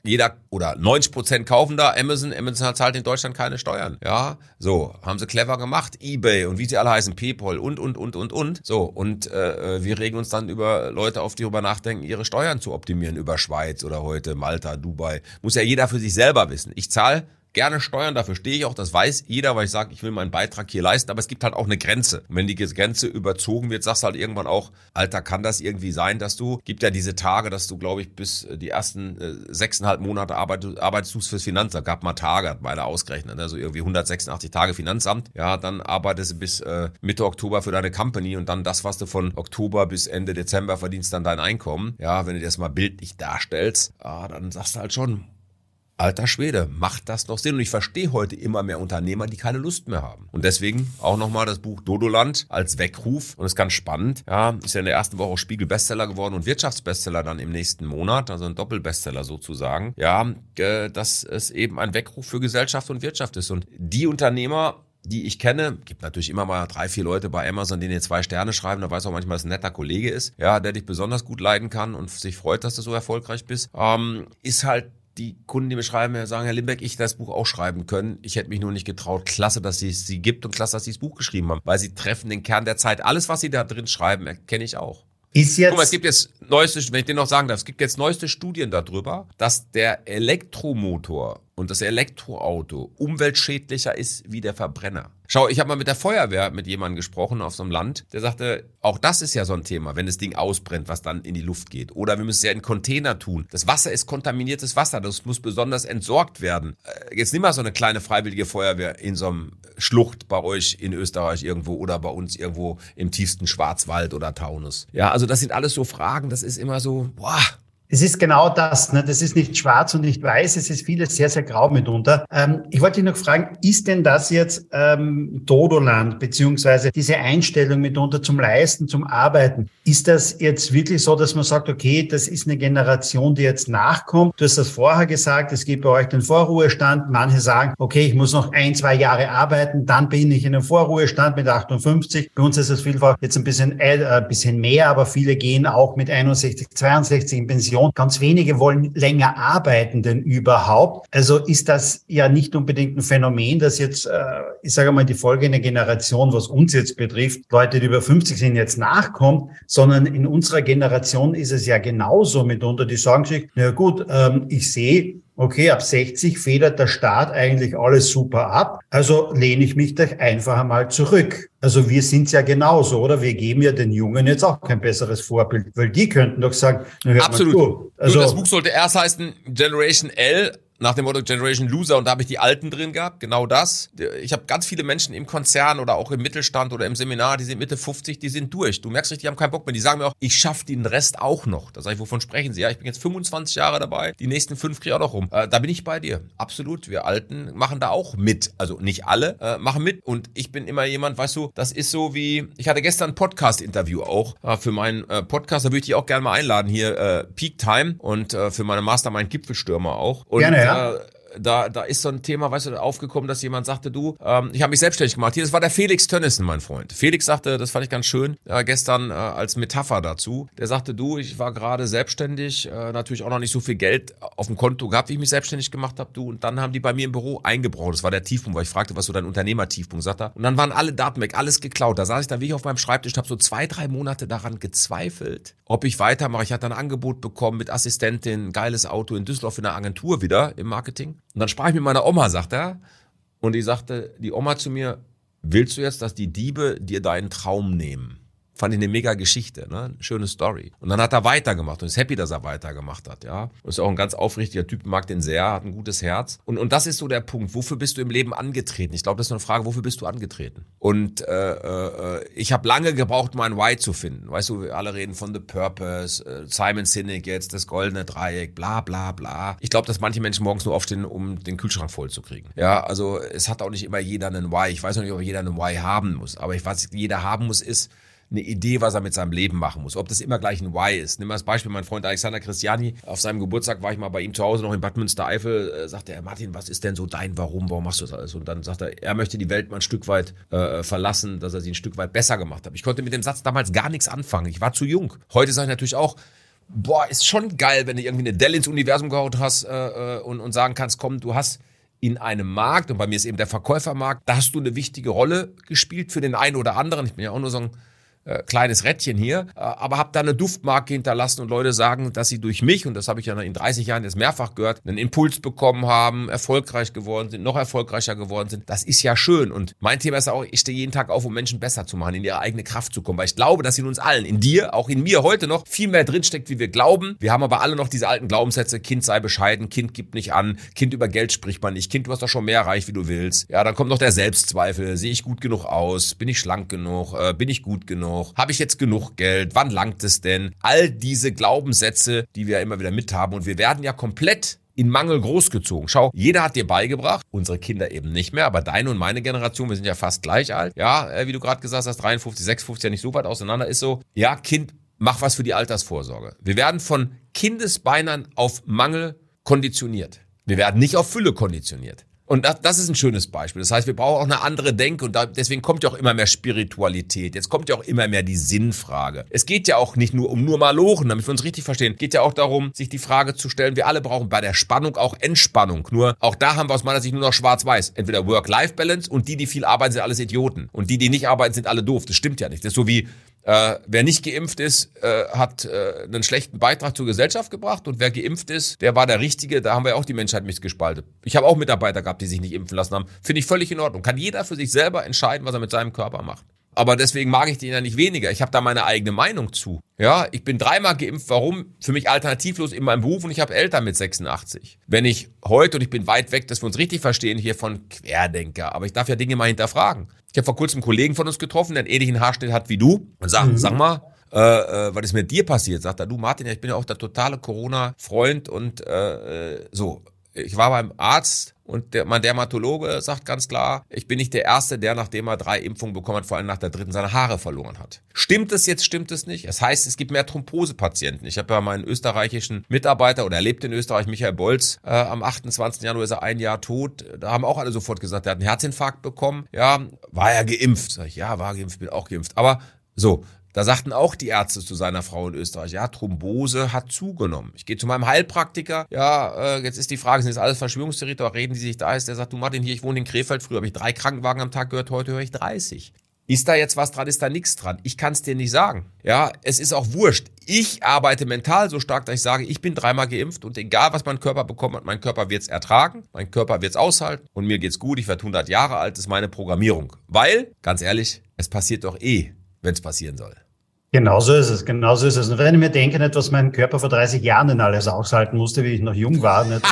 jeder oder neunzig Prozent kaufen da Amazon. Amazon zahlt in Deutschland keine Steuern. Ja, so, haben sie clever gemacht. eBay und wie sie alle heißen, PayPal und, und, und, und, und. So, und äh, wir regen uns dann über Leute auf, die darüber nachdenken, ihre Steuern zu optimieren über Schweiz oder heute Malta, Dubai. Muss ja jeder für sich selber wissen. Ich zahle gerne Steuern, dafür stehe ich auch, das weiß jeder, weil ich sage, ich will meinen Beitrag hier leisten, aber es gibt halt auch eine Grenze. Und wenn die Grenze überzogen wird, sagst du halt irgendwann auch, Alter, kann das irgendwie sein, dass du, gibt ja diese Tage, dass du, glaube ich, bis die ersten äh, sechseinhalb Monate arbeitest, arbeitest du fürs Finanzamt, gab mal Tage, hat beide ausgerechnet, also irgendwie hundertsechsundachtzig Tage Finanzamt, ja, dann arbeitest du bis äh, Mitte Oktober für deine Company und dann das, was du von Oktober bis Ende Dezember verdienst, dann dein Einkommen. Ja, wenn du das mal bildlich darstellst, ja, dann sagst du halt schon, alter Schwede, macht das noch Sinn? Und ich verstehe heute immer mehr Unternehmer, die keine Lust mehr haben. Und deswegen auch nochmal das Buch Dodoland als Weckruf. Und es ist ganz spannend. Ja, ist ja in der ersten Woche auch Spiegel-Bestseller geworden und Wirtschaftsbestseller dann im nächsten Monat, also ein Doppelbestseller sozusagen. Ja, dass es eben ein Weckruf für Gesellschaft und Wirtschaft ist. Und die Unternehmer, die ich kenne, gibt natürlich immer mal drei, vier Leute bei Amazon, denen jetzt zwei Sterne schreiben, da weiß auch manchmal, dass es ein netter Kollege ist, ja, der dich besonders gut leiden kann und sich freut, dass du so erfolgreich bist, ähm, ist halt die Kunden, die mir schreiben, sagen, Herr Limbeck, ich hätte das Buch auch schreiben können. Ich hätte mich nur nicht getraut. Klasse, dass sie es sie gibt und klasse, dass sie das Buch geschrieben haben, weil sie treffen den Kern der Zeit. Alles, was sie da drin schreiben, erkenne ich auch. Ist jetzt Guck mal, es gibt jetzt neueste, wenn ich dir noch sagen darf, es gibt jetzt neueste Studien darüber, dass der Elektromotor und das Elektroauto umweltschädlicher ist wie der Verbrenner. Schau, ich habe mal mit der Feuerwehr mit jemandem gesprochen auf so einem Land, der sagte, auch das ist ja so ein Thema, wenn das Ding ausbrennt, was dann in die Luft geht. Oder wir müssen es ja in Container tun. Das Wasser ist kontaminiertes Wasser, das muss besonders entsorgt werden. Jetzt nimm mal so eine kleine freiwillige Feuerwehr in so einem Schlucht bei euch in Österreich irgendwo oder bei uns irgendwo im tiefsten Schwarzwald oder Taunus. Ja, also das sind alles so Fragen, das ist immer so, boah. Es ist genau das, ne? Das ist nicht schwarz und nicht weiß, es ist vieles sehr, sehr grau mitunter. Ähm, ich wollte dich noch fragen, ist denn das jetzt ähm, Dodoland, beziehungsweise diese Einstellung mitunter zum Leisten, zum Arbeiten, ist das jetzt wirklich so, dass man sagt, okay, das ist eine Generation, die jetzt nachkommt? Du hast das vorher gesagt, es gibt bei euch den Vorruhestand. Manche sagen, okay, ich muss noch ein, zwei Jahre arbeiten, dann bin ich in einem Vorruhestand mit achtundfünfzig. Bei uns ist das vielfach jetzt ein bisschen, äh, ein bisschen mehr, aber viele gehen auch mit einundsechzig, zweiundsechzig in Pension. Ganz wenige wollen länger arbeiten denn überhaupt. Also ist das ja nicht unbedingt ein Phänomen, dass jetzt, äh, ich sage mal, die folgende Generation, was uns jetzt betrifft, Leute, die über fünfzig sind, jetzt nachkommt, sondern in unserer Generation ist es ja genauso mitunter. Die sagen sich, na gut, ähm, ich sehe, okay, ab sechzig federt der Staat eigentlich alles super ab, also lehne ich mich doch einfach einmal zurück. Also wir sind's ja genauso, oder? Wir geben ja den Jungen jetzt auch kein besseres Vorbild, weil die könnten doch sagen, na, hört absolut. Mal zu. Also, das Buch sollte erst heißen Generation L, nach dem Motto Generation Loser, und da habe ich die Alten drin gehabt, genau das. Ich habe ganz viele Menschen im Konzern oder auch im Mittelstand oder im Seminar, die sind Mitte fünfzig, die sind durch. Du merkst richtig, die haben keinen Bock mehr. Die sagen mir auch, ich schaffe den Rest auch noch. Da sage ich, wovon sprechen Sie? Ja, ich bin jetzt fünfundzwanzig Jahre dabei, die nächsten fünf kriege ich auch noch rum. Äh, da bin ich bei dir. Absolut, wir Alten machen da auch mit. Also nicht alle, äh, machen mit. Und ich bin immer jemand, weißt du, das ist so wie, ich hatte gestern ein Podcast-Interview auch äh, für meinen äh, Podcast, da würde ich dich auch gerne mal einladen, hier äh, Peak Time und äh, für meine Mastermind Gipfelstürmer auch. Und, gerne, ja. Äh, Da, da ist so ein Thema, weißt du, aufgekommen, dass jemand sagte, du, ähm, ich habe mich selbstständig gemacht. Hier, das war der Felix Tönnissen, mein Freund. Felix sagte, das fand ich ganz schön, äh, gestern äh, als Metapher dazu. Der sagte, du, ich war gerade selbstständig, äh, natürlich auch noch nicht so viel Geld auf dem Konto gehabt, wie ich mich selbstständig gemacht habe, du. Und dann haben die bei mir im Büro eingebrochen. Das war der Tiefpunkt, weil ich fragte, was so dein Unternehmertiefpunkt, sagt er. Und dann waren alle Daten weg, alles geklaut. Da saß ich dann wirklich auf meinem Schreibtisch, habe so zwei, drei Monate daran gezweifelt, ob ich weitermache. Ich hatte ein Angebot bekommen mit Assistentin, geiles Auto in Düsseldorf in der Agentur wieder im Marketing. Und dann sprach ich mit meiner Oma, sagt er, und die sagte, die Oma zu mir, willst du jetzt, dass die Diebe dir deinen Traum nehmen? Fand ich eine mega Geschichte, ne? Schöne Story. Und dann hat er weitergemacht und ist happy, dass er weitergemacht hat, ja. Und ist auch ein ganz aufrichtiger Typ, mag den sehr, hat ein gutes Herz. Und, und das ist so der Punkt. Wofür bist du im Leben angetreten? Ich glaube, das ist eine Frage, wofür bist du angetreten? Und äh, äh, ich habe lange gebraucht, mein Why zu finden. Weißt du, wir alle reden von The Purpose, äh, Simon Sinek jetzt, das goldene Dreieck, bla bla bla. Ich glaube, dass manche Menschen morgens nur aufstehen, um den Kühlschrank voll zu kriegen. Ja, also es hat auch nicht immer jeder einen Why. Ich weiß noch nicht, ob jeder einen Why haben muss. Aber ich, was jeder haben muss, ist eine Idee, was er mit seinem Leben machen muss. Ob das immer gleich ein Why ist. Nimm mal als Beispiel mein Freund Alexander Christiani. Auf seinem Geburtstag war ich mal bei ihm zu Hause noch in Bad Münstereifel. Äh, sagte er, Martin, was ist denn so dein Warum? Warum machst du das alles? Und dann sagt er, er möchte die Welt mal ein Stück weit äh, verlassen, dass er sie ein Stück weit besser gemacht hat. Ich konnte mit dem Satz damals gar nichts anfangen. Ich war zu jung. Heute sage ich natürlich auch, boah, ist schon geil, wenn du irgendwie eine Dell ins Universum gehauen hast äh, und, und sagen kannst, komm, du hast in einem Markt, und bei mir ist eben der Verkäufermarkt, da hast du eine wichtige Rolle gespielt für den einen oder anderen. Ich bin ja auch nur so ein äh, kleines Rädchen hier, äh, aber habe da eine Duftmarke hinterlassen und Leute sagen, dass sie durch mich, und das habe ich ja in dreißig Jahren jetzt mehrfach gehört, einen Impuls bekommen haben, erfolgreich geworden sind, noch erfolgreicher geworden sind. Das ist ja schön, und mein Thema ist auch, ich stehe jeden Tag auf, um Menschen besser zu machen, in ihre eigene Kraft zu kommen, weil ich glaube, dass in uns allen, in dir, auch in mir heute noch, viel mehr drinsteckt, wie wir glauben. Wir haben aber alle noch diese alten Glaubenssätze, Kind sei bescheiden, Kind gibt nicht an, Kind über Geld spricht man nicht, Kind, du hast doch schon mehr erreicht, wie du willst. Ja, dann kommt noch der Selbstzweifel, sehe ich gut genug aus, bin ich schlank genug, äh, bin ich gut genug, habe ich jetzt genug Geld, wann langt es denn? All diese Glaubenssätze, die wir immer wieder mithaben, und wir werden ja komplett in Mangel großgezogen. Schau, jeder hat dir beigebracht, unsere Kinder eben nicht mehr, aber deine und meine Generation, wir sind ja fast gleich alt, ja, äh, wie du gerade gesagt hast, dreiundfünfzig, sechsundfünfzig, ja nicht so weit auseinander, ist so, ja, Kind, mach was für die Altersvorsorge. Wir werden von Kindesbeinen auf Mangel konditioniert. Wir werden nicht auf Fülle konditioniert. Und das, das ist ein schönes Beispiel. Das heißt, wir brauchen auch eine andere Denke, und da, deswegen kommt ja auch immer mehr Spiritualität. Jetzt kommt ja auch immer mehr die Sinnfrage. Es geht ja auch nicht nur um nur Malochen, damit wir uns richtig verstehen. Es geht ja auch darum, sich die Frage zu stellen, wir alle brauchen bei der Spannung auch Entspannung. Nur auch da haben wir aus meiner Sicht nur noch schwarz-weiß. Entweder Work-Life-Balance, und die, die viel arbeiten, sind alles Idioten. Und die, die nicht arbeiten, sind alle doof. Das stimmt ja nicht. Das ist so wie, Äh, wer nicht geimpft ist, äh, hat äh, einen schlechten Beitrag zur Gesellschaft gebracht, und wer geimpft ist, der war der Richtige. Da haben wir auch die Menschheit mitgespalten. Ich habe auch Mitarbeiter gehabt, die sich nicht impfen lassen haben. Finde ich völlig in Ordnung. Kann jeder für sich selber entscheiden, was er mit seinem Körper macht. Aber deswegen mag ich den ja nicht weniger. Ich habe da meine eigene Meinung zu. Ja, ich bin dreimal geimpft. Warum? Für mich alternativlos in meinem Beruf, und ich habe Eltern mit sechsundachtzig. Wenn ich heute, und ich bin weit weg, dass wir uns richtig verstehen, hier von Querdenker, aber ich darf ja Dinge mal hinterfragen. Ich habe vor kurzem einen Kollegen von uns getroffen, der einen ähnlichen Haarschnitt hat wie du, und sagt, mhm. sag mal, äh, äh, was ist mit dir passiert? Sagt er, du Martin, ich bin ja auch der totale Corona-Freund, und äh, so. Ich war beim Arzt, und der, mein Dermatologe sagt ganz klar, ich bin nicht der Erste, der, nachdem er drei Impfungen bekommen hat, vor allem nach der dritten, seine Haare verloren hat. Stimmt es jetzt, stimmt es nicht? Es heißt, es gibt mehr Thrombose-Patienten. Ich habe ja meinen österreichischen Mitarbeiter, oder er lebt in Österreich, Michael Bolz, äh, am achtundzwanzigsten Januar ist er ein Jahr tot. Da haben auch alle sofort gesagt, er hat einen Herzinfarkt bekommen. Ja, war er geimpft? Sag ich, ja, war geimpft, bin auch geimpft. Aber so, da sagten auch die Ärzte zu seiner Frau in Österreich, ja, Thrombose hat zugenommen. Ich gehe zu meinem Heilpraktiker, ja, äh, jetzt ist die Frage, sind das alles Verschwörungstheorien, reden die sich da ist, der sagt, du Martin, hier, ich wohne in Krefeld, früher habe ich drei Krankenwagen am Tag gehört, heute höre ich dreißig. Ist da jetzt was dran, ist da nichts dran? Ich kann es dir nicht sagen. Ja, es ist auch wurscht. Ich arbeite mental so stark, dass ich sage, ich bin dreimal geimpft, und egal, was mein Körper bekommen hat, mein Körper wird es ertragen, mein Körper wird es aushalten, und mir geht's gut, ich werde hundert Jahre alt, das ist meine Programmierung. Weil, ganz ehrlich, es passiert doch eh, wenn es passieren soll. Genauso ist es, genauso ist es. Und wenn ich mir denke, nicht, was mein Körper vor dreißig Jahren denn alles aushalten musste, wie ich noch jung war, nicht,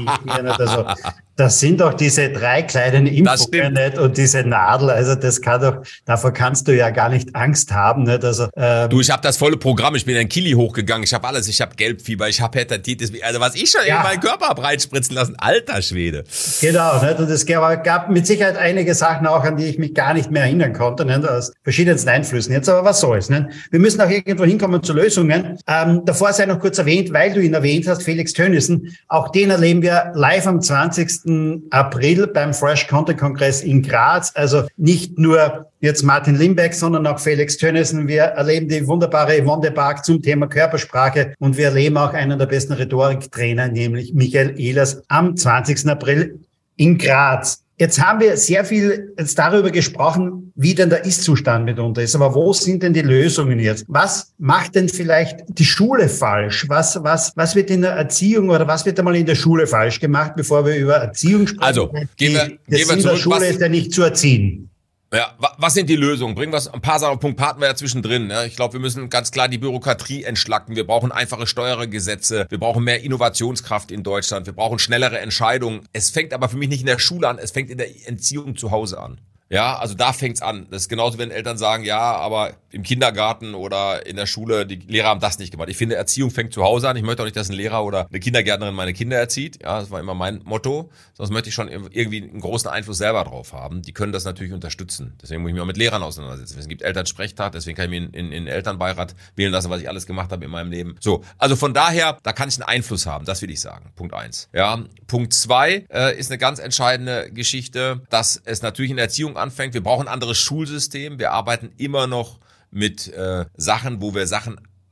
also, das sind doch diese drei kleinen Impfungen nicht, und diese Nadel, also das kann doch, davor kannst du ja gar nicht Angst haben. Nicht? Also, ähm, du, ich habe das volle Programm, ich bin in Kili hochgegangen, ich habe alles, ich habe Gelbfieber, ich habe Hepatitis, also was ich schon ja. in meinen Körper breitspritzen lassen, alter Schwede. Genau, nicht? Und es gab, gab mit Sicherheit einige Sachen auch, an die ich mich gar nicht mehr erinnern konnte, nicht? Aus verschiedensten Einflüssen. Jetzt aber was soll's, nicht? Wir müssen auch irgendwo hinkommen zu Lösungen. Ähm, davor sei noch kurz erwähnt, weil du ihn erwähnt hast, Felix Tönnissen. Auch den erleben wir live am zwanzigsten April beim Fresh Content Kongress in Graz. Also nicht nur jetzt Martin Limbeck, sondern auch Felix Tönnissen. Wir erleben die wunderbare Yvonne de Barg zum Thema Körpersprache, und wir erleben auch einen der besten Rhetoriktrainer, nämlich Michael Ehlers, am zwanzigsten April in Graz. Jetzt haben wir sehr viel jetzt darüber gesprochen, wie denn der Ist-Zustand mitunter ist. Aber wo sind denn die Lösungen jetzt? Was macht denn vielleicht die Schule falsch? Was, was, was wird in der Erziehung, oder was wird einmal in der Schule falsch gemacht, bevor wir über Erziehung sprechen? Also, gehen wir, die, der gehen wir Sinn zurück. der Schule was, ist ja nicht zu erziehen. Ja, was sind die Lösungen? Bringen wir ein paar Sachen auf den Punkt, hatten wir ja zwischendrin. Ne? Ich glaube, wir müssen ganz klar die Bürokratie entschlacken. Wir brauchen einfache Steuergesetze. Wir brauchen mehr Innovationskraft in Deutschland. Wir brauchen schnellere Entscheidungen. Es fängt aber für mich nicht in der Schule an, es fängt in der Erziehung zu Hause an. Ja, also da fängt's an. Das ist genauso, wenn Eltern sagen, ja, aber im Kindergarten oder in der Schule, die Lehrer haben das nicht gemacht. Ich finde, Erziehung fängt zu Hause an. Ich möchte auch nicht, dass ein Lehrer oder eine Kindergärtnerin meine Kinder erzieht. Ja, das war immer mein Motto. Sonst möchte ich schon irgendwie einen großen Einfluss selber drauf haben. Die können das natürlich unterstützen. Deswegen muss ich mich auch mit Lehrern auseinandersetzen. Es gibt Elternsprechtag, deswegen kann ich mich in, in, in den Elternbeirat wählen lassen, was ich alles gemacht habe in meinem Leben. So, also von daher, da kann ich einen Einfluss haben. Das will ich sagen. Punkt eins. Ja, Punkt zwei äh, ist eine ganz entscheidende Geschichte, dass es natürlich in der Erziehung anfängt. Wir brauchen ein anderes Schulsystem. Wir arbeiten immer noch mit äh, Sachen, wo wir Sachen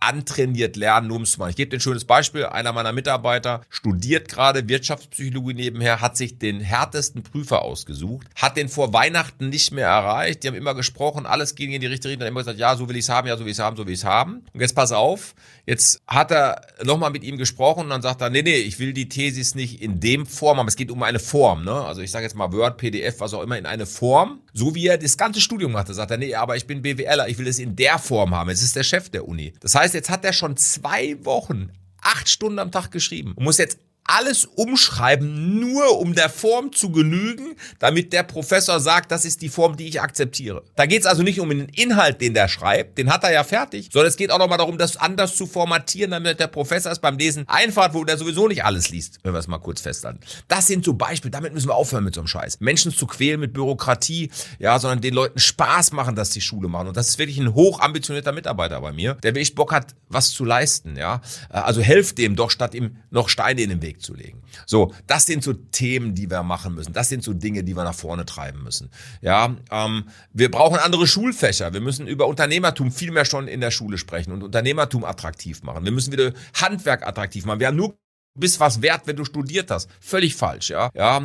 antrainiert lernen, nur um es zu machen. Ich gebe dir ein schönes Beispiel. Einer meiner Mitarbeiter studiert gerade Wirtschaftspsychologie nebenher, hat sich den härtesten Prüfer ausgesucht, hat den vor Weihnachten nicht mehr erreicht. Die haben immer gesprochen, alles ging in die richtige Richtung. Dann immer gesagt, ja, so will ich es haben, ja, so will ich es haben, so will ich es haben. Und jetzt pass auf, jetzt hat er nochmal mit ihm gesprochen und dann sagt er, nee, nee, ich will die Thesis nicht in dem Form haben. Es geht um eine Form, ne? Also ich sage jetzt mal Word, P D F, was auch immer, in eine Form. So wie er das ganze Studium machte, sagt er, nee, aber ich bin BWLer, ich will es in der Form haben. Jetzt ist der Chef der Uni. Das heißt, jetzt hat er schon zwei Wochen, acht Stunden am Tag geschrieben und muss jetzt alles umschreiben, nur um der Form zu genügen, damit der Professor sagt, das ist die Form, die ich akzeptiere. Da geht es also nicht um den Inhalt, den der schreibt, den hat er ja fertig, sondern es geht auch nochmal darum, das anders zu formatieren, damit der Professor es beim Lesen einfach hat, wo der sowieso nicht alles liest, wenn wir es mal kurz festhalten. Das sind so Beispiele, damit müssen wir aufhören mit so einem Scheiß. Menschen zu quälen mit Bürokratie, ja, sondern den Leuten Spaß machen, dass die Schule machen. Und das ist wirklich ein hochambitionierter Mitarbeiter bei mir, der wirklich Bock hat, was zu leisten, ja. Also helft dem doch, statt ihm noch Steine in den Weg zu legen. So, das sind so Themen, die wir machen müssen. Das sind so Dinge, die wir nach vorne treiben müssen. Ja, ähm, wir brauchen andere Schulfächer. Wir müssen über Unternehmertum viel mehr schon in der Schule sprechen und Unternehmertum attraktiv machen. Wir müssen wieder Handwerk attraktiv machen. Wir haben nur Du bist was wert, wenn du studiert hast. Völlig falsch, ja. Ja,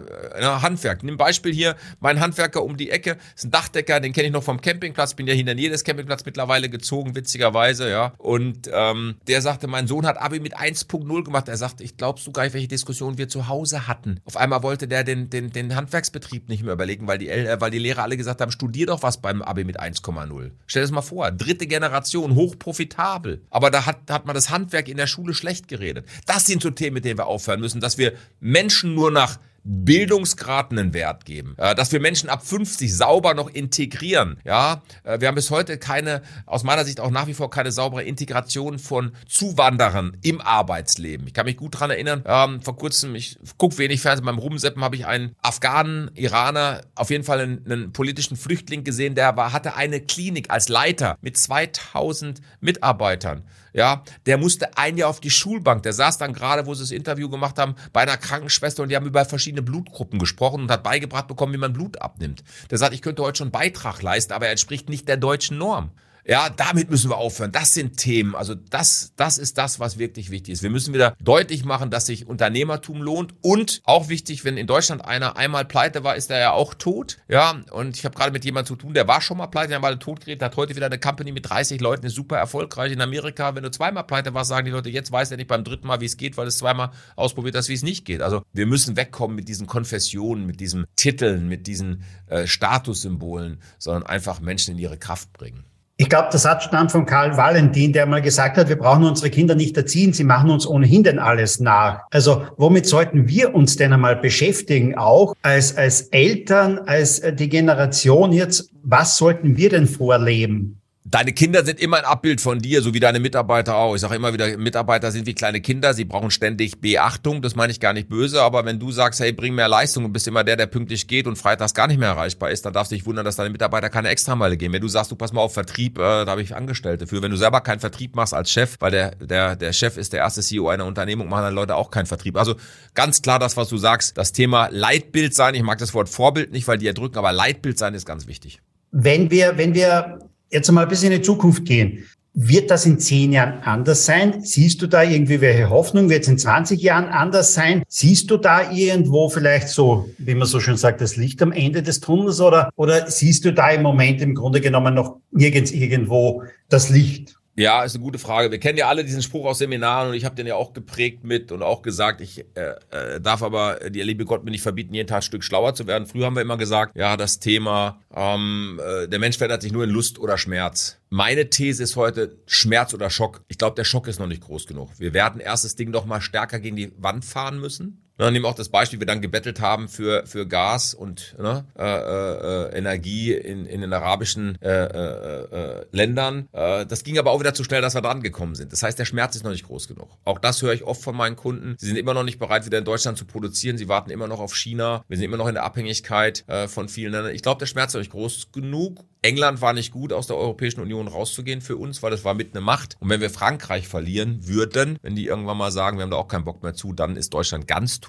ja, Handwerk. Nimm Beispiel hier, mein Handwerker um die Ecke, ist ein Dachdecker, den kenne ich noch vom Campingplatz, bin ja hier in der Nähe des Campingplatzes mittlerweile gezogen, witzigerweise, ja. Und ähm, der sagte, mein Sohn hat Abi mit eins Punkt null gemacht. Er sagte, ich glaubst du gar nicht, welche Diskussionen wir zu Hause hatten. Auf einmal wollte der den, den, den Handwerksbetrieb nicht mehr überlegen, weil die, äh, weil die Lehrer alle gesagt haben, studier doch was beim Abi mit eins Komma null. Stell dir das mal vor, dritte Generation, hochprofitabel. Aber da hat, hat man das Handwerk in der Schule schlecht geredet. Das sind so Themen, mit denen wir aufhören müssen, dass wir Menschen nur nach Bildungsgrad einen Wert geben, dass wir Menschen ab fünfzig sauber noch integrieren. Ja, wir haben bis heute keine, aus meiner Sicht auch nach wie vor keine saubere Integration von Zuwanderern im Arbeitsleben. Ich kann mich gut daran erinnern, ähm, vor kurzem, ich gucke wenig Fernsehen, beim Rumseppen habe ich einen Afghanen, Iraner, auf jeden Fall einen, einen politischen Flüchtling gesehen, der war, hatte eine Klinik als Leiter mit zweitausend Mitarbeitern. Ja, der musste ein Jahr auf die Schulbank. Der saß dann gerade, wo sie das Interview gemacht haben, bei einer Krankenschwester und die haben über verschiedene Blutgruppen gesprochen und hat beigebracht bekommen, wie man Blut abnimmt. Der sagt, ich könnte heute schon einen Beitrag leisten, aber er entspricht nicht der deutschen Norm. Ja, damit müssen wir aufhören. Das sind Themen. Also das, das ist das, was wirklich wichtig ist. Wir müssen wieder deutlich machen, dass sich Unternehmertum lohnt und auch wichtig, wenn in Deutschland einer einmal pleite war, ist er ja auch tot. Ja, und ich habe gerade mit jemandem zu tun, der war schon mal pleite, der war tot geredet, hat heute wieder eine Company mit dreißig Leuten, ist super erfolgreich in Amerika. Wenn du zweimal pleite warst, sagen die Leute, jetzt weiß er nicht beim dritten Mal, wie es geht, weil es zweimal ausprobiert hast, wie es nicht geht. Also wir müssen wegkommen mit diesen Konfessionen, mit diesen Titeln, mit diesen äh, Statussymbolen, sondern einfach Menschen in ihre Kraft bringen. Ich glaube, der Satz stammt von Karl Valentin, der mal gesagt hat, wir brauchen unsere Kinder nicht erziehen, sie machen uns ohnehin denn alles nach. Also womit sollten wir uns denn einmal beschäftigen, auch als, als Eltern, als die Generation jetzt, was sollten wir denn vorleben? Deine Kinder sind immer ein Abbild von dir, so wie deine Mitarbeiter auch. Ich sage immer wieder, Mitarbeiter sind wie kleine Kinder, sie brauchen ständig Beachtung, das meine ich gar nicht böse, aber wenn du sagst, hey, bring mehr Leistung und bist immer der, der pünktlich geht und freitags gar nicht mehr erreichbar ist, dann darfst du dich wundern, dass deine Mitarbeiter keine Extrameile gehen. Wenn du sagst, du pass mal auf Vertrieb, äh, da habe ich Angestellte für. Wenn du selber keinen Vertrieb machst als Chef, weil der, der, der Chef ist der erste C E O einer Unternehmung, machen dann Leute auch keinen Vertrieb. Also ganz klar das, was du sagst, das Thema Leitbild sein, ich mag das Wort Vorbild nicht, weil die erdrücken, aber Leitbild sein ist ganz wichtig. Wenn wir, wenn wir jetzt mal ein bisschen in die Zukunft gehen. Wird das in zehn Jahren anders sein? Siehst du da irgendwie welche Hoffnung? Wird es in zwanzig Jahren anders sein? Siehst du da irgendwo vielleicht so, wie man so schön sagt, das Licht am Ende des Tunnels oder, oder siehst du da im Moment im Grunde genommen noch nirgends irgendwo das Licht? Ja, ist eine gute Frage. Wir kennen ja alle diesen Spruch aus Seminaren und ich habe den ja auch geprägt mit und auch gesagt, ich äh, äh, darf aber, der liebe Gott mir nicht verbieten, jeden Tag ein Stück schlauer zu werden. Früher haben wir immer gesagt, ja, das Thema, ähm, äh, der Mensch verändert sich nur in Lust oder Schmerz. Meine These ist heute Schmerz oder Schock. Ich glaube, der Schock ist noch nicht groß genug. Wir werden erst das Ding doch mal stärker gegen die Wand fahren müssen. Ne, nehmen auch das Beispiel, wir dann gebettelt haben für für Gas und ne, äh, äh, Energie in in den arabischen äh, äh, äh, Ländern. Äh, das ging aber auch wieder zu schnell, dass wir dran gekommen sind. Das heißt, der Schmerz ist noch nicht groß genug. Auch das höre ich oft von meinen Kunden. Sie sind immer noch nicht bereit, wieder in Deutschland zu produzieren. Sie warten immer noch auf China. Wir sind immer noch in der Abhängigkeit äh, von vielen Ländern. Ich glaube, der Schmerz ist noch nicht groß genug. England war nicht gut, aus der Europäischen Union rauszugehen für uns, weil das war mit eine Macht. Und wenn wir Frankreich verlieren würden, wenn die irgendwann mal sagen, wir haben da auch keinen Bock mehr zu, dann ist Deutschland ganz tot.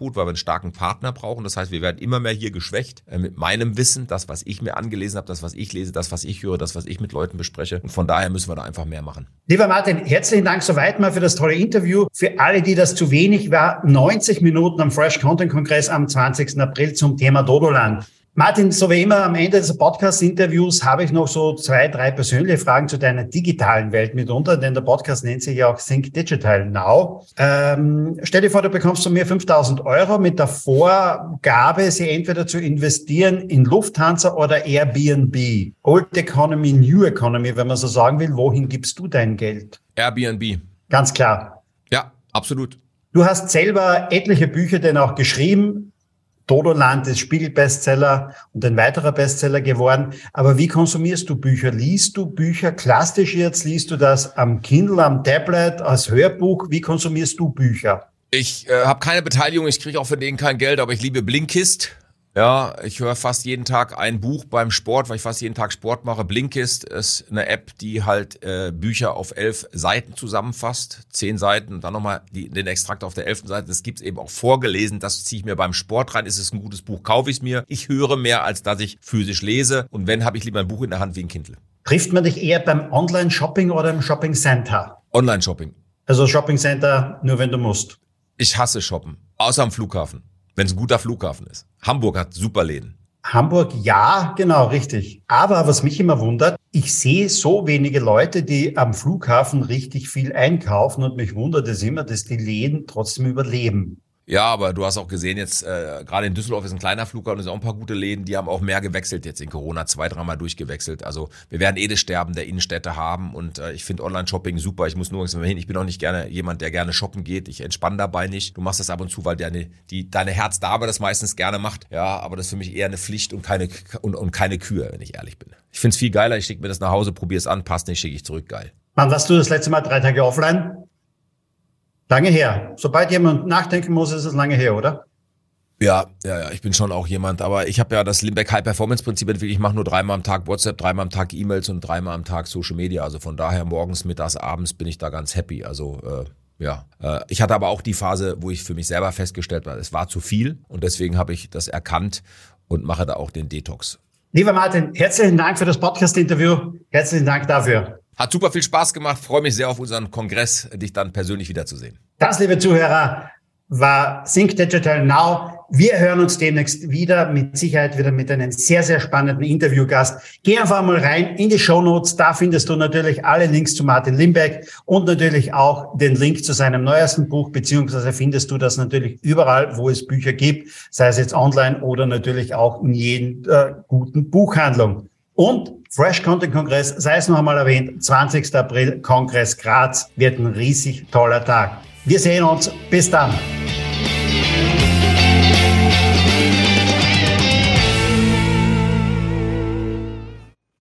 tot, weil wir einen starken Partner brauchen. Das heißt, wir werden immer mehr hier geschwächt äh, mit meinem Wissen, das, was ich mir angelesen habe, das, was ich lese, das, was ich höre, das, was ich mit Leuten bespreche. Und von daher müssen wir da einfach mehr machen. Lieber Martin, herzlichen Dank soweit mal für das tolle Interview. Für alle, die das zu wenig war, neunzig Minuten am Fresh Content Kongress am zwanzigsten April zum Thema Dodoland. Martin, so wie immer am Ende des Podcast-Interviews habe ich noch so zwei, drei persönliche Fragen zu deiner digitalen Welt mitunter, denn der Podcast nennt sich ja auch Think Digital Now. Ähm, stell dir vor, du bekommst von mir fünftausend Euro mit der Vorgabe, sie entweder zu investieren in Lufthansa oder Airbnb. Old Economy, New Economy, wenn man so sagen will. Wohin gibst du dein Geld? Airbnb. Ganz klar. Ja, absolut. Du hast selber etliche Bücher denn auch geschrieben. Dodoland ist Spiegel-Bestseller und ein weiterer Bestseller geworden. Aber wie konsumierst du Bücher? Liest du Bücher klassisch jetzt? Liest du das am Kindle, am Tablet, als Hörbuch? Wie konsumierst du Bücher? Ich äh, habe keine Beteiligung, ich kriege auch für den kein Geld, aber ich liebe Blinkist. Ja, ich höre fast jeden Tag ein Buch beim Sport, weil ich fast jeden Tag Sport mache. Blinkist ist eine App, die halt äh, Bücher auf elf Seiten zusammenfasst. Zehn Seiten und dann nochmal die, den Extrakt auf der elften Seite. Das gibt's eben auch vorgelesen. Das ziehe ich mir beim Sport rein. Ist es ein gutes Buch, kaufe ich es mir. Ich höre mehr, als dass ich physisch lese. Und wenn, habe ich lieber ein Buch in der Hand wie ein Kindle. Trifft man dich eher beim Online-Shopping oder im Shopping-Center? Online-Shopping. Also Shopping-Center nur, wenn du musst. Ich hasse Shoppen, außer am Flughafen. Wenn es ein guter Flughafen ist. Hamburg hat super Läden. Hamburg, ja, genau, richtig. Aber was mich immer wundert, ich sehe so wenige Leute, die am Flughafen richtig viel einkaufen und mich wundert es immer, dass die Läden trotzdem überleben. Ja, aber du hast auch gesehen jetzt, äh, gerade in Düsseldorf ist ein kleiner Flughafen, es sind auch ein paar gute Läden, die haben auch mehr gewechselt jetzt in Corona, zwei, dreimal durchgewechselt. Also wir werden eh das Sterben der Innenstädte haben und äh, ich finde Online-Shopping super. Ich muss nur hin, ich bin auch nicht gerne jemand, der gerne shoppen geht. Ich entspanne dabei nicht. Du machst das ab und zu, weil deine, die, deine Herzdame das meistens gerne macht. Ja, aber das ist für mich eher eine Pflicht und keine, und, und keine Kür, wenn ich ehrlich bin. Ich finde es viel geiler, ich schicke mir das nach Hause, probiere es an, passt nicht, schicke ich zurück, geil. Wann warst du das letzte Mal drei Tage offline? Lange her. Sobald jemand nachdenken muss, ist es lange her, oder? Ja, ja, ja, ich bin schon auch jemand, aber ich habe ja das Limbeck High Performance Prinzip entwickelt. Ich mache nur dreimal am Tag WhatsApp, dreimal am Tag E-Mails und dreimal am Tag Social Media. Also von daher morgens, mittags, abends bin ich da ganz happy. Also äh, ja, äh, ich hatte aber auch die Phase, wo ich für mich selber festgestellt habe, es war zu viel und deswegen habe ich das erkannt und mache da auch den Detox. Lieber Martin, herzlichen Dank für das Podcast-Interview. Herzlichen Dank dafür. Hat super viel Spaß gemacht. Freue mich sehr auf unseren Kongress, dich dann persönlich wiederzusehen. Das, liebe Zuhörer, war Think Digital Now. Wir hören uns demnächst wieder, mit Sicherheit wieder mit einem sehr, sehr spannenden Interviewgast. Geh einfach mal rein in die Shownotes. Da findest du natürlich alle Links zu Martin Limbeck und natürlich auch den Link zu seinem neuesten Buch, beziehungsweise findest du das natürlich überall, wo es Bücher gibt, sei es jetzt online oder natürlich auch in jeder äh, guten Buchhandlung. Und Fresh Content Kongress, sei es noch einmal erwähnt, zwanzigsten April, Kongress Graz, wird ein riesig toller Tag. Wir sehen uns. Bis dann.